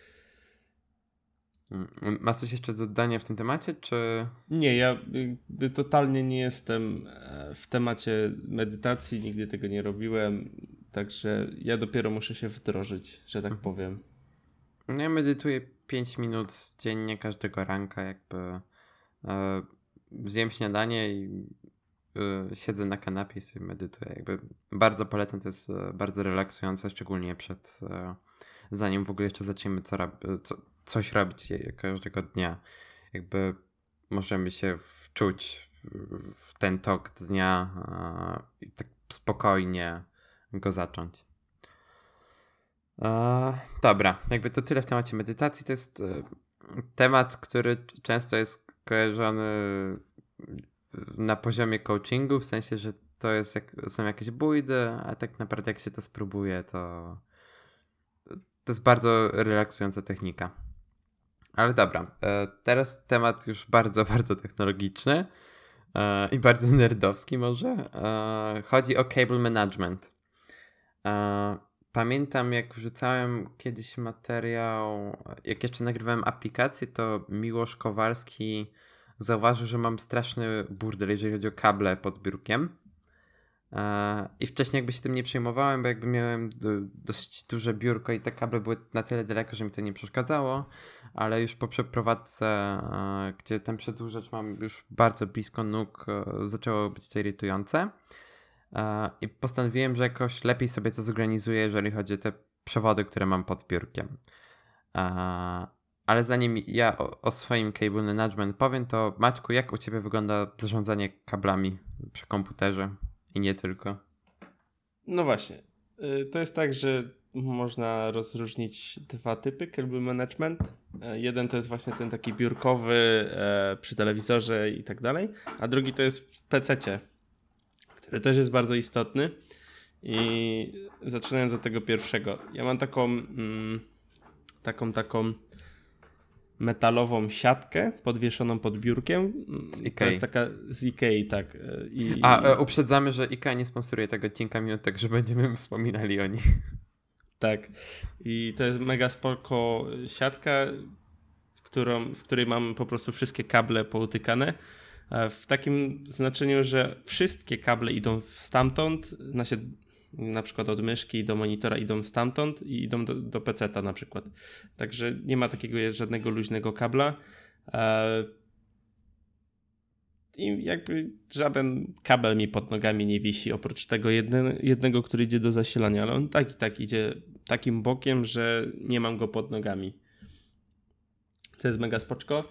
Masz coś jeszcze do dodania w tym temacie, czy... Nie, ja jakby totalnie nie jestem w temacie medytacji, nigdy tego nie robiłem, także ja dopiero muszę się wdrożyć, że tak powiem. No ja medytuję pięć minut dziennie każdego ranka, jakby e, zjem śniadanie i e, siedzę na kanapie i sobie medytuję. Jakby bardzo polecam, to jest bardzo relaksujące, szczególnie przed, e, zanim w ogóle jeszcze zaczniemy co, co, coś robić każdego dnia. Jakby możemy się wczuć w ten tok dnia e, i tak spokojnie go zacząć. E, dobra, jakby to tyle w temacie medytacji. To jest e, temat, który często jest kojarzony na poziomie coachingu, w sensie, że to jest jak, są jakieś bójdy, a tak naprawdę jak się to spróbuje, to to jest bardzo relaksująca technika. Ale dobra, e, teraz temat już bardzo, bardzo technologiczny e, i bardzo nerdowski może. E, chodzi o cable management. E, Pamiętam, jak wrzucałem kiedyś materiał, jak jeszcze nagrywałem aplikację, to Miłosz Kowalski zauważył, że mam straszny burdel, jeżeli chodzi o kable pod biurkiem. I wcześniej jakby się tym nie przejmowałem, bo jakby miałem dość duże biurko i te kable były na tyle daleko, że mi to nie przeszkadzało, ale już po przeprowadzce, gdzie ten przedłużacz mam już bardzo blisko nóg, zaczęło być to irytujące. I postanowiłem, że jakoś lepiej sobie to zorganizuję, jeżeli chodzi o te przewody, które mam pod biurkiem. Ale zanim ja o, o swoim cable management powiem, to Maćku, jak u ciebie wygląda zarządzanie kablami przy komputerze i nie tylko? No właśnie. To jest tak, że można rozróżnić dwa typy cable management. Jeden to jest właśnie ten taki biurkowy przy telewizorze i tak dalej, a drugi to jest w pececie. który też jest bardzo istotny. I zaczynając od tego pierwszego. Ja mam taką mm, taką taką metalową siatkę podwieszoną pod biurkiem. Z Ikei. To jest taka z Ikei, tak. I, A e, uprzedzamy, że Ikea nie sponsoruje tego odcinka, mimo tego, że będziemy wspominali o nich. Tak. I to jest mega spoko siatka, którą, w której mam po prostu wszystkie kable poutykane. W takim znaczeniu, że wszystkie kable idą stamtąd, znaczy na przykład od myszki do monitora idą stamtąd i idą do, do peceta na przykład. Także nie ma takiego żadnego luźnego kabla. I jakby żaden kabel mi pod nogami nie wisi, oprócz tego jedne, jednego, który idzie do zasilania, ale on tak i tak idzie takim bokiem, że nie mam go pod nogami. To jest mega spoczko.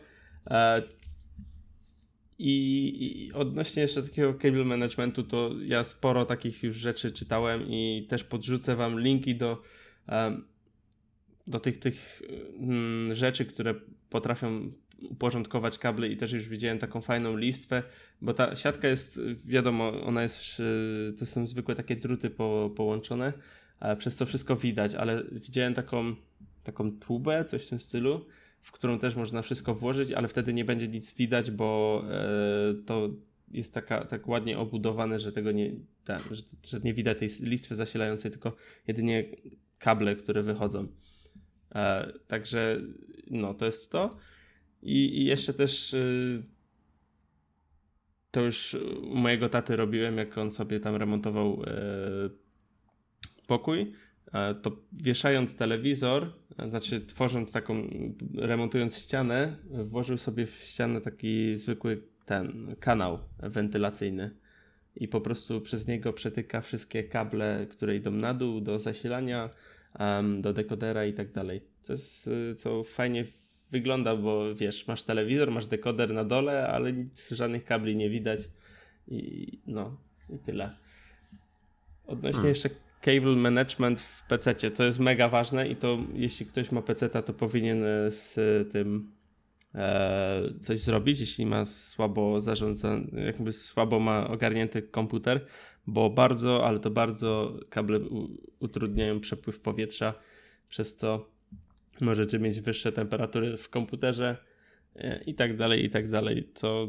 I, I odnośnie jeszcze takiego cable managementu, to ja sporo takich już rzeczy czytałem i też podrzucę wam linki do, um, do tych, tych um, rzeczy, które potrafią uporządkować kable i też już widziałem taką fajną listwę, bo ta siatka jest, wiadomo, ona jest, to są zwykłe takie druty po, połączone, przez co wszystko widać, ale widziałem taką, taką tubę, coś w tym stylu, w którą też można wszystko włożyć, ale wtedy nie będzie nic widać, bo e, to jest taka, tak ładnie obudowane, że tego nie, ten, że, że nie widać tej listwy zasilającej, tylko jedynie kable, które wychodzą. E, także no, to jest to. I, i jeszcze też y, to już u mojego taty robiłem, jak on sobie tam remontował y, pokój, to wieszając telewizor, znaczy tworząc taką, remontując ścianę, włożył sobie w ścianę taki zwykły ten kanał wentylacyjny i po prostu przez niego przetyka wszystkie kable, które idą na dół do zasilania, um, do dekodera i tak dalej. To jest, co fajnie wygląda, bo wiesz, masz telewizor, masz dekoder na dole, ale nic, żadnych kabli nie widać i no, i tyle. Odnośnie hmm. jeszcze cable management w pececie, to jest mega ważne i to jeśli ktoś ma peceta, to powinien z tym e, coś zrobić, jeśli ma słabo zarządzany, jakby słabo ma ogarnięty komputer, bo bardzo, ale to bardzo kable u, utrudniają przepływ powietrza, przez co możecie mieć wyższe temperatury w komputerze e, i tak dalej, i tak dalej, co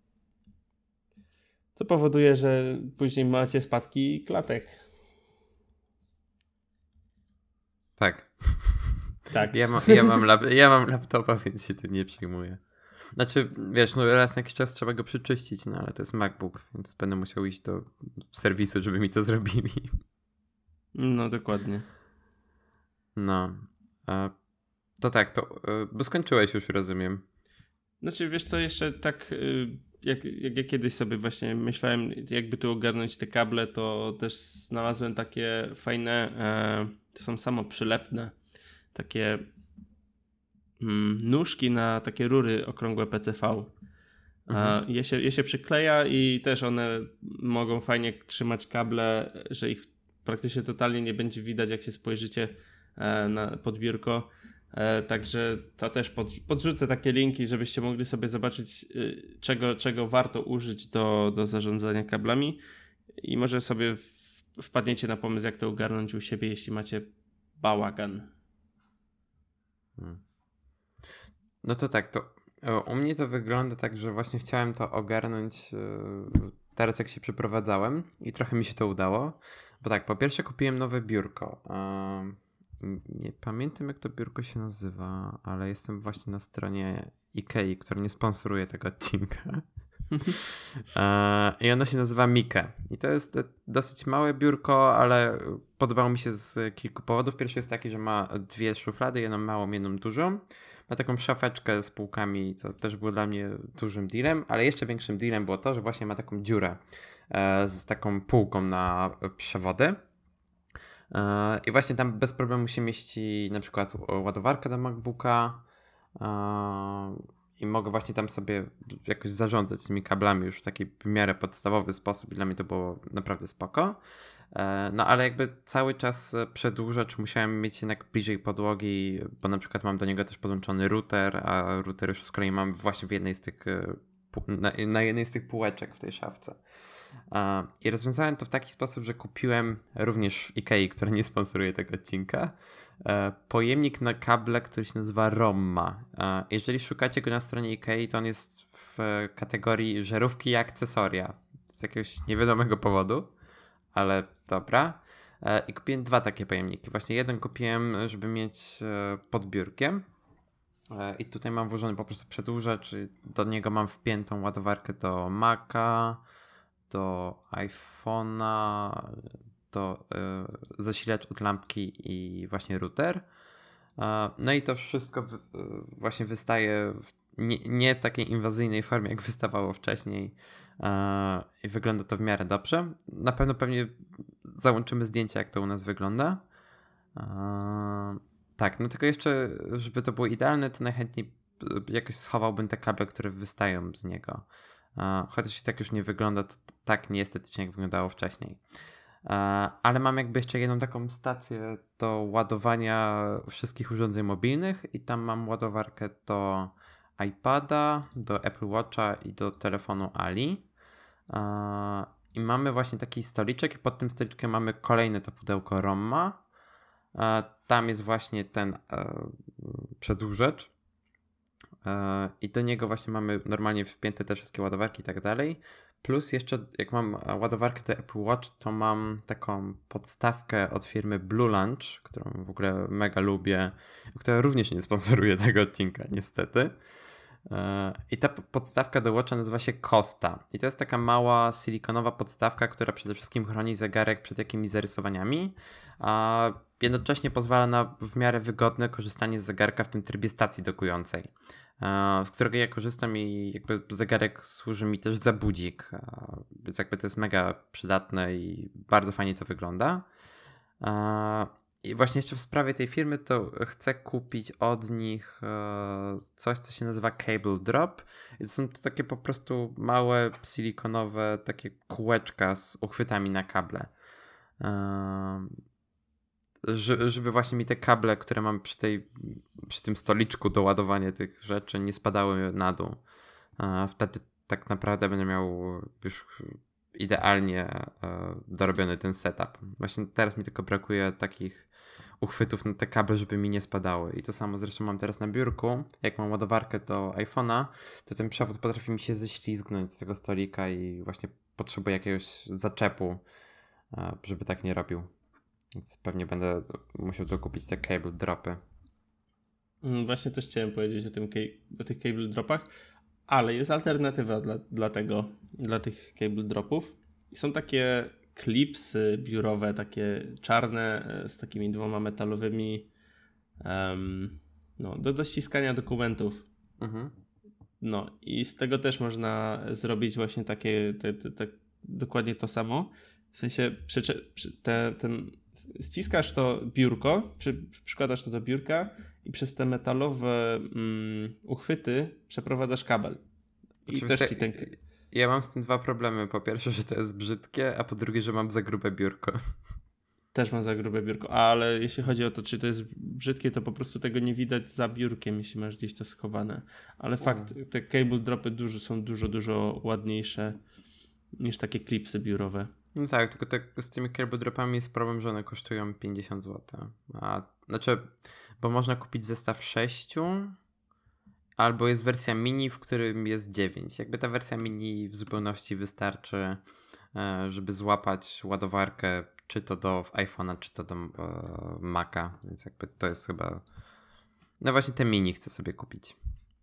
co powoduje, że później macie spadki klatek. Tak. Tak. Ja, ma, ja, mam lap, ja mam laptopa, więc się tym nie przejmuję. Znaczy, wiesz, no raz na jakiś czas trzeba go przyczyścić, no ale to jest MacBook, więc będę musiał iść do serwisu, żeby mi to zrobili. No, dokładnie. No. A, to tak, to, bo skończyłeś już, rozumiem. Znaczy, wiesz co, jeszcze tak, jak, jak ja kiedyś sobie właśnie myślałem, jakby tu ogarnąć te kable, to też znalazłem takie fajne, e, to są samoprzylepne, takie mm, nóżki na takie rury okrągłe P C V. Mhm. E, je, się, je się przykleja i też one mogą fajnie trzymać kable, że ich praktycznie totalnie nie będzie widać, jak się spojrzycie e, na podbiórko. E, także to też pod, podrzucę takie linki, żebyście mogli sobie zobaczyć, y, czego, czego warto użyć do, do zarządzania kablami i może sobie w, wpadniecie na pomysł, jak to ogarnąć u siebie, jeśli macie bałagan. Hmm. No to tak, to u mnie to wygląda tak, że właśnie chciałem to ogarnąć yy, teraz jak się przeprowadzałem i trochę mi się to udało, bo tak, po pierwsze kupiłem nowe biurko. Yy... Nie pamiętam, jak to biurko się nazywa, ale jestem właśnie na stronie Ikei, która nie sponsoruje tego odcinka. I ono się nazywa Mike. I to jest dosyć małe biurko, ale podobało mi się z kilku powodów. Pierwszy jest taki, że ma dwie szuflady, jedną małą, jedną dużą. Ma taką szafeczkę z półkami, co też było dla mnie dużym dealem, ale jeszcze większym dealem było to, że właśnie ma taką dziurę z taką półką na przewody. I właśnie tam bez problemu się mieści na przykład ładowarka do MacBooka i mogę właśnie tam sobie jakoś zarządzać tymi kablami już w taki w miarę podstawowy sposób i dla mnie to było naprawdę spoko. No ale jakby cały czas przedłużacz musiałem mieć jednak bliżej podłogi, bo na przykład mam do niego też podłączony router, a router już z kolei mam właśnie w jednej z tych, na, na jednej z tych półeczek w tej szafce. I rozwiązałem to w taki sposób, że kupiłem również w Ikei, która nie sponsoruje tego odcinka, pojemnik na kable, który się nazywa Romma. Jeżeli szukacie go na stronie Ikei, to on jest w kategorii żarówki i akcesoria. Z jakiegoś niewiadomego powodu, ale dobra. I kupiłem dwa takie pojemniki. Właśnie jeden kupiłem, żeby mieć pod biurkiem. I tutaj mam włożony po prostu przedłużacz. Do niego mam wpiętą ładowarkę do Maca, do iPhone'a, do y, zasilacz od lampki i właśnie router. No i to wszystko w, właśnie wystaje w, nie, nie w takiej inwazyjnej formie, jak wystawało wcześniej. I wygląda to w miarę dobrze. Na pewno pewnie załączymy zdjęcia, jak to u nas wygląda. Tak, no tylko jeszcze, żeby to było idealne, to najchętniej jakoś schowałbym te kable, które wystają z niego. Chociaż i tak już nie wygląda to tak nieestetycznie, jak wyglądało wcześniej. Ale mam jakby jeszcze jedną taką stację do ładowania wszystkich urządzeń mobilnych i tam mam ładowarkę do iPada, do Apple Watcha i do telefonu Ali. I mamy właśnie taki stoliczek i pod tym stoliczkiem mamy kolejne to pudełko Romma. Tam jest właśnie ten przedłużacz i do niego właśnie mamy normalnie wpięte te wszystkie ładowarki i tak dalej. Plus jeszcze jak mam ładowarkę do Apple Watch, to mam taką podstawkę od firmy Blue Lunch, którą w ogóle mega lubię, która również nie sponsoruje tego odcinka niestety. I ta podstawka do Watcha nazywa się Costa. I to jest taka mała silikonowa podstawka, która przede wszystkim chroni zegarek przed jakimiś zarysowaniami, a jednocześnie pozwala na w miarę wygodne korzystanie z zegarka w tym trybie stacji dokującej, z którego ja korzystam i jakby zegarek służy mi też za budzik, więc jakby to jest mega przydatne i bardzo fajnie to wygląda. I właśnie jeszcze w sprawie tej firmy to chcę kupić od nich coś, co się nazywa Cable Drop. I to są to takie po prostu małe silikonowe takie kółeczka z uchwytami na kable. Żeby właśnie mi te kable, które mam przy, tej, przy tym stoliczku do ładowania tych rzeczy nie spadały na dół. Wtedy tak naprawdę będę miał już idealnie dorobiony ten setup. Właśnie teraz mi tylko brakuje takich uchwytów na te kable, żeby mi nie spadały. I to samo zresztą mam teraz na biurku. Jak mam ładowarkę do iPhone'a, to ten przewód potrafi mi się ześlizgnąć z tego stolika i właśnie potrzebuję jakiegoś zaczepu, żeby tak nie robił. Więc pewnie będę musiał dokupić te cable dropy. Właśnie też chciałem powiedzieć o, tym, o tych cable dropach, ale jest alternatywa dla, dla tego, dla tych cable dropów. I są takie klipsy biurowe, takie czarne z takimi dwoma metalowymi um, no, do, do ściskania dokumentów. Mhm. No i z tego też można zrobić właśnie takie te, te, te, dokładnie to samo. W sensie przecze- te, ten, ściskasz to biurko, przy, przykładasz to do biurka i przez te metalowe mm, uchwyty przeprowadzasz kabel. I Oczywiście też ci ten... Ja mam z tym dwa problemy. Po pierwsze, że to jest brzydkie, a po drugie, że mam za grube biurko. Też mam za grube biurko, ale jeśli chodzi o to, czy to jest brzydkie, to po prostu tego nie widać za biurkiem, jeśli masz gdzieś to schowane. Ale fakt, te cable dropy dużo, są dużo, dużo ładniejsze niż takie klipsy biurowe. No tak, tylko te, z tymi cable dropami jest problem, że one kosztują pięćdziesiąt złotych. A, znaczy, bo można kupić zestaw sześciu, albo jest wersja mini, w którym jest dziewięć. Jakby ta wersja mini w zupełności wystarczy, żeby złapać ładowarkę czy to do iPhone'a, czy to do e, Maca, więc jakby to jest chyba... No właśnie te mini chcę sobie kupić.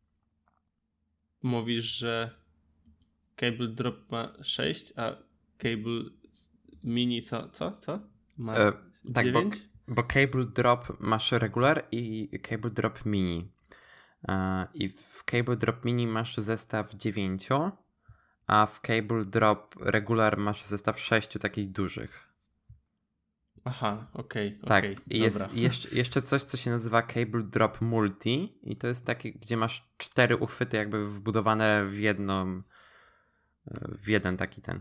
Mówisz, że cable drop ma sześć, a cable mini co? Co? Co? Ma e, tak, bo, bo cable drop masz regular i cable drop mini. E, I w cable drop mini masz zestaw dziewięciu, a w cable drop regular masz zestaw sześciu takich dużych. Aha, okej, okay, tak, okay, i jest jeszcze, jeszcze coś, co się nazywa Cable Drop Multi i to jest takie, gdzie masz cztery uchwyty jakby wbudowane w jedną, w jeden taki ten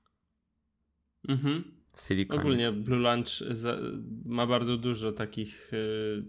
mhm. silikonik. Ogólnie Blue Lunch za, ma bardzo dużo takich y,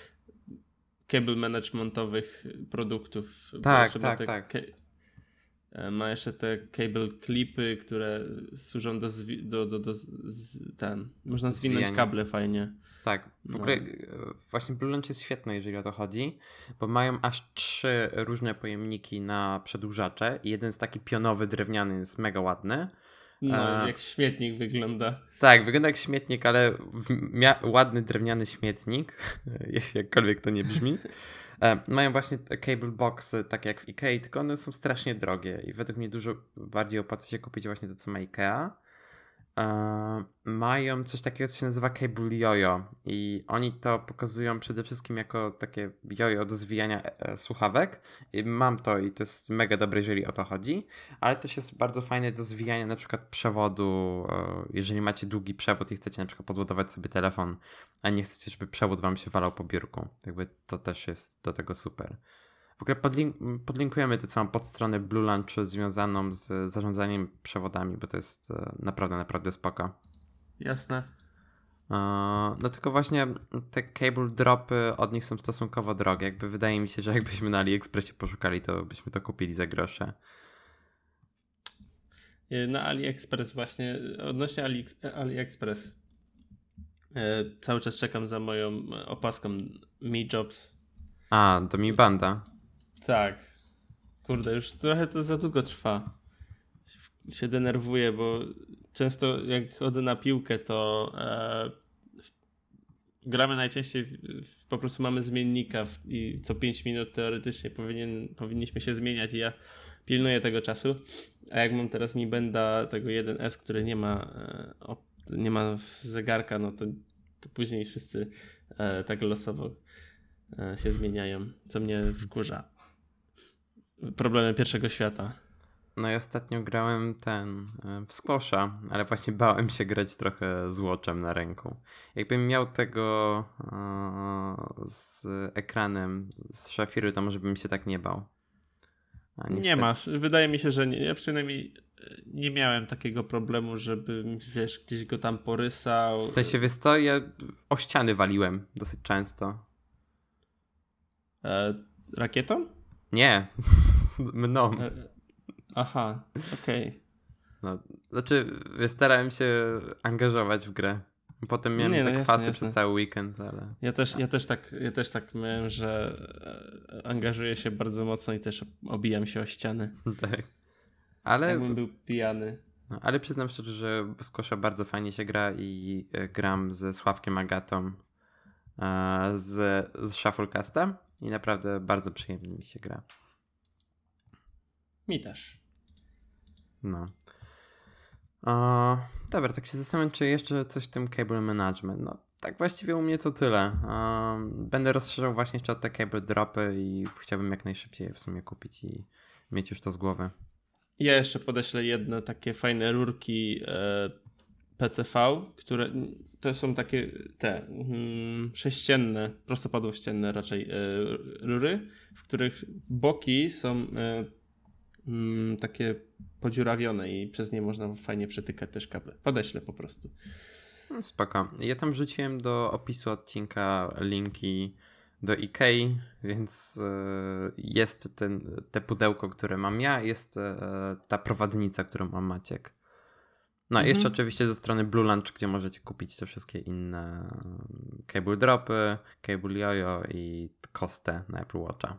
cable managementowych produktów. Tak, tak, te, tak. Ke- Ma jeszcze te cable clipy, które służą do, zwi- do, do, do z, z, ten, można zwinąć Zwijanie. kable fajnie. Tak, w ogóle no. Właśnie Blue Launch jest świetne, jeżeli o to chodzi, bo mają aż trzy różne pojemniki na przedłużacze i jeden jest taki pionowy, drewniany, jest mega ładny. No, e... jak śmietnik wygląda. Tak, wygląda jak śmietnik, ale mia- ładny, drewniany śmietnik, jakkolwiek to nie brzmi. E, mają właśnie cable boxy, takie jak w Ikei, tylko one są strasznie drogie i według mnie dużo bardziej opłaca się kupić właśnie to, co ma Ikea. E, mają coś takiego, co się nazywa cable jojo i oni to pokazują przede wszystkim jako takie jojo do zwijania e, słuchawek i mam to i to jest mega dobre, jeżeli o to chodzi, ale też jest bardzo fajne do zwijania na przykład przewodu, e, jeżeli macie długi przewód i chcecie na przykład podładować sobie telefon, a nie chcecie, żeby przewód wam się walał po biurku, jakby to też jest do tego super. W ogóle podlink- podlinkujemy tę całą podstronę Blue Launch związaną z zarządzaniem przewodami, bo to jest e, naprawdę, naprawdę spoko. Jasne. E, no tylko właśnie te cable dropy od nich są stosunkowo drogie. Jakby wydaje mi się, że jakbyśmy na AliExpressie poszukali, to byśmy to kupili za grosze. Na AliExpress właśnie, odnośnie Ali, AliExpress, e, cały czas czekam za moją opaską Mi Jobs. A, to Mi Banda. Tak. Kurde, już trochę to za długo trwa. Się denerwuję, bo często jak chodzę na piłkę, to e, gramy najczęściej, w, w, po prostu mamy zmiennika w, i co pięć minut teoretycznie powinien, powinniśmy się zmieniać i ja pilnuję tego czasu. A jak mam teraz Mi Banda tego jeden S, który nie ma, e, op, nie ma zegarka, no to, to później wszyscy e, tak losowo e, się zmieniają, co mnie wkurza. Problemy pierwszego świata. No i ostatnio grałem ten w squasha, ale właśnie bałem się grać trochę z watchem na ręku. Jakbym miał tego e, z ekranem z szafiru, to może bym się tak nie bał. Nie masz. Wydaje mi się, że nie. Ja przynajmniej nie miałem takiego problemu, żebym, wiesz, gdzieś go tam porysał. W sensie, wiesz co, ja o ściany waliłem dosyć często. E, rakietą? Nie. Mną. E, aha, okej. Okay. No, znaczy, starałem się angażować w grę. Potem miałem nie, no zakwasy jasne, jasne. przez cały weekend, ale... Ja też, ja, też tak, ja też tak miałem, że angażuję się bardzo mocno i też obijam się o ściany. Tak. Ale... Jakbym był pijany. No, ale przyznam szczerze, że w squasha bardzo fajnie się gra i gram ze Sławkiem Agatą z, z Shufflecasta i naprawdę bardzo przyjemnie mi się gra. Mi też. No. O, dobra, tak się zastanawiam, czy jeszcze coś w tym cable management. No, tak właściwie u mnie to tyle. O, będę rozszerzał właśnie jeszcze o te cable dropy i chciałbym jak najszybciej w sumie kupić i mieć już to z głowy. Ja jeszcze podeślę jedne takie fajne rurki e, P C V, które to są takie te mm, sześcienne, prostopadłościenne raczej e, rury, w których boki są e, mm, takie podziurawione i przez nie można fajnie przetykać też kable. Podeślę po prostu. No, spoko. Ja tam wrzuciłem do opisu odcinka linki do Ikei, więc y, jest ten, te pudełko, które mam ja, jest y, ta prowadnica, którą ma Maciek. No i mhm. jeszcze oczywiście ze strony Blue Launch, gdzie możecie kupić te wszystkie inne cable dropy, cable jojo i kostę na Apple Watcha.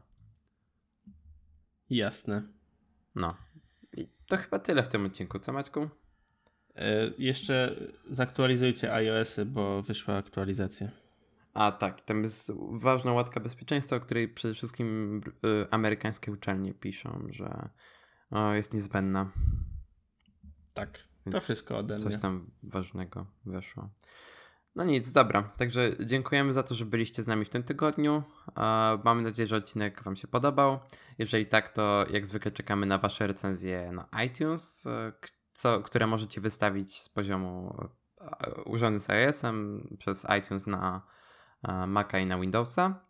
Jasne. No. I to chyba tyle w tym odcinku, co Maćku? E, jeszcze zaktualizujcie iOS-y, bo wyszła aktualizacja. A tak, tam jest ważna łatka bezpieczeństwa, o której przede wszystkim y, amerykańskie uczelnie piszą, że o, jest niezbędna. Tak. To wszystko ode mnie. Coś tam ważnego weszło. No nic, dobra. Także dziękujemy za to, że byliście z nami w tym tygodniu. Mamy nadzieję, że odcinek wam się podobał. Jeżeli tak, to jak zwykle czekamy na wasze recenzje na iTunes, co, które możecie wystawić z poziomu urządzeń z iOS-em przez iTunes na Maca i na Windowsa.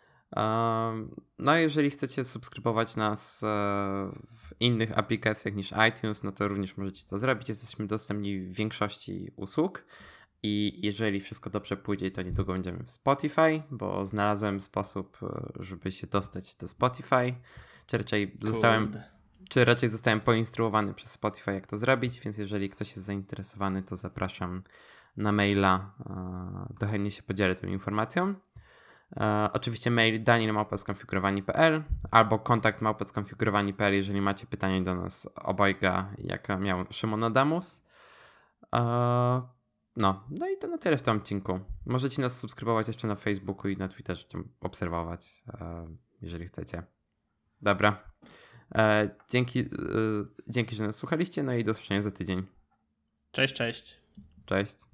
No i jeżeli chcecie subskrybować nas w innych aplikacjach niż iTunes, no to również możecie to zrobić. Jesteśmy dostępni w większości usług i jeżeli wszystko dobrze pójdzie, to niedługo będziemy w Spotify, bo znalazłem sposób, żeby się dostać do Spotify, czy raczej zostałem, czy raczej zostałem poinstruowany przez Spotify, jak to zrobić, więc jeżeli ktoś jest zainteresowany, to zapraszam na maila, to chętnie się podzielę tą informacją. Oczywiście mail daniel małpa skonfigurowani kropka p l albo kontakt małpa skonfigurowani kropka p l, jeżeli macie pytanie do nas obojga, jak miał Szymon Adamus. No, no i to na tyle w tym odcinku. Możecie nas subskrybować jeszcze na Facebooku i na Twitterze, tam obserwować, jeżeli chcecie. Dobra. Dzięki, dzięki, że nas słuchaliście, no i do zobaczenia za tydzień. Cześć, cześć. Cześć.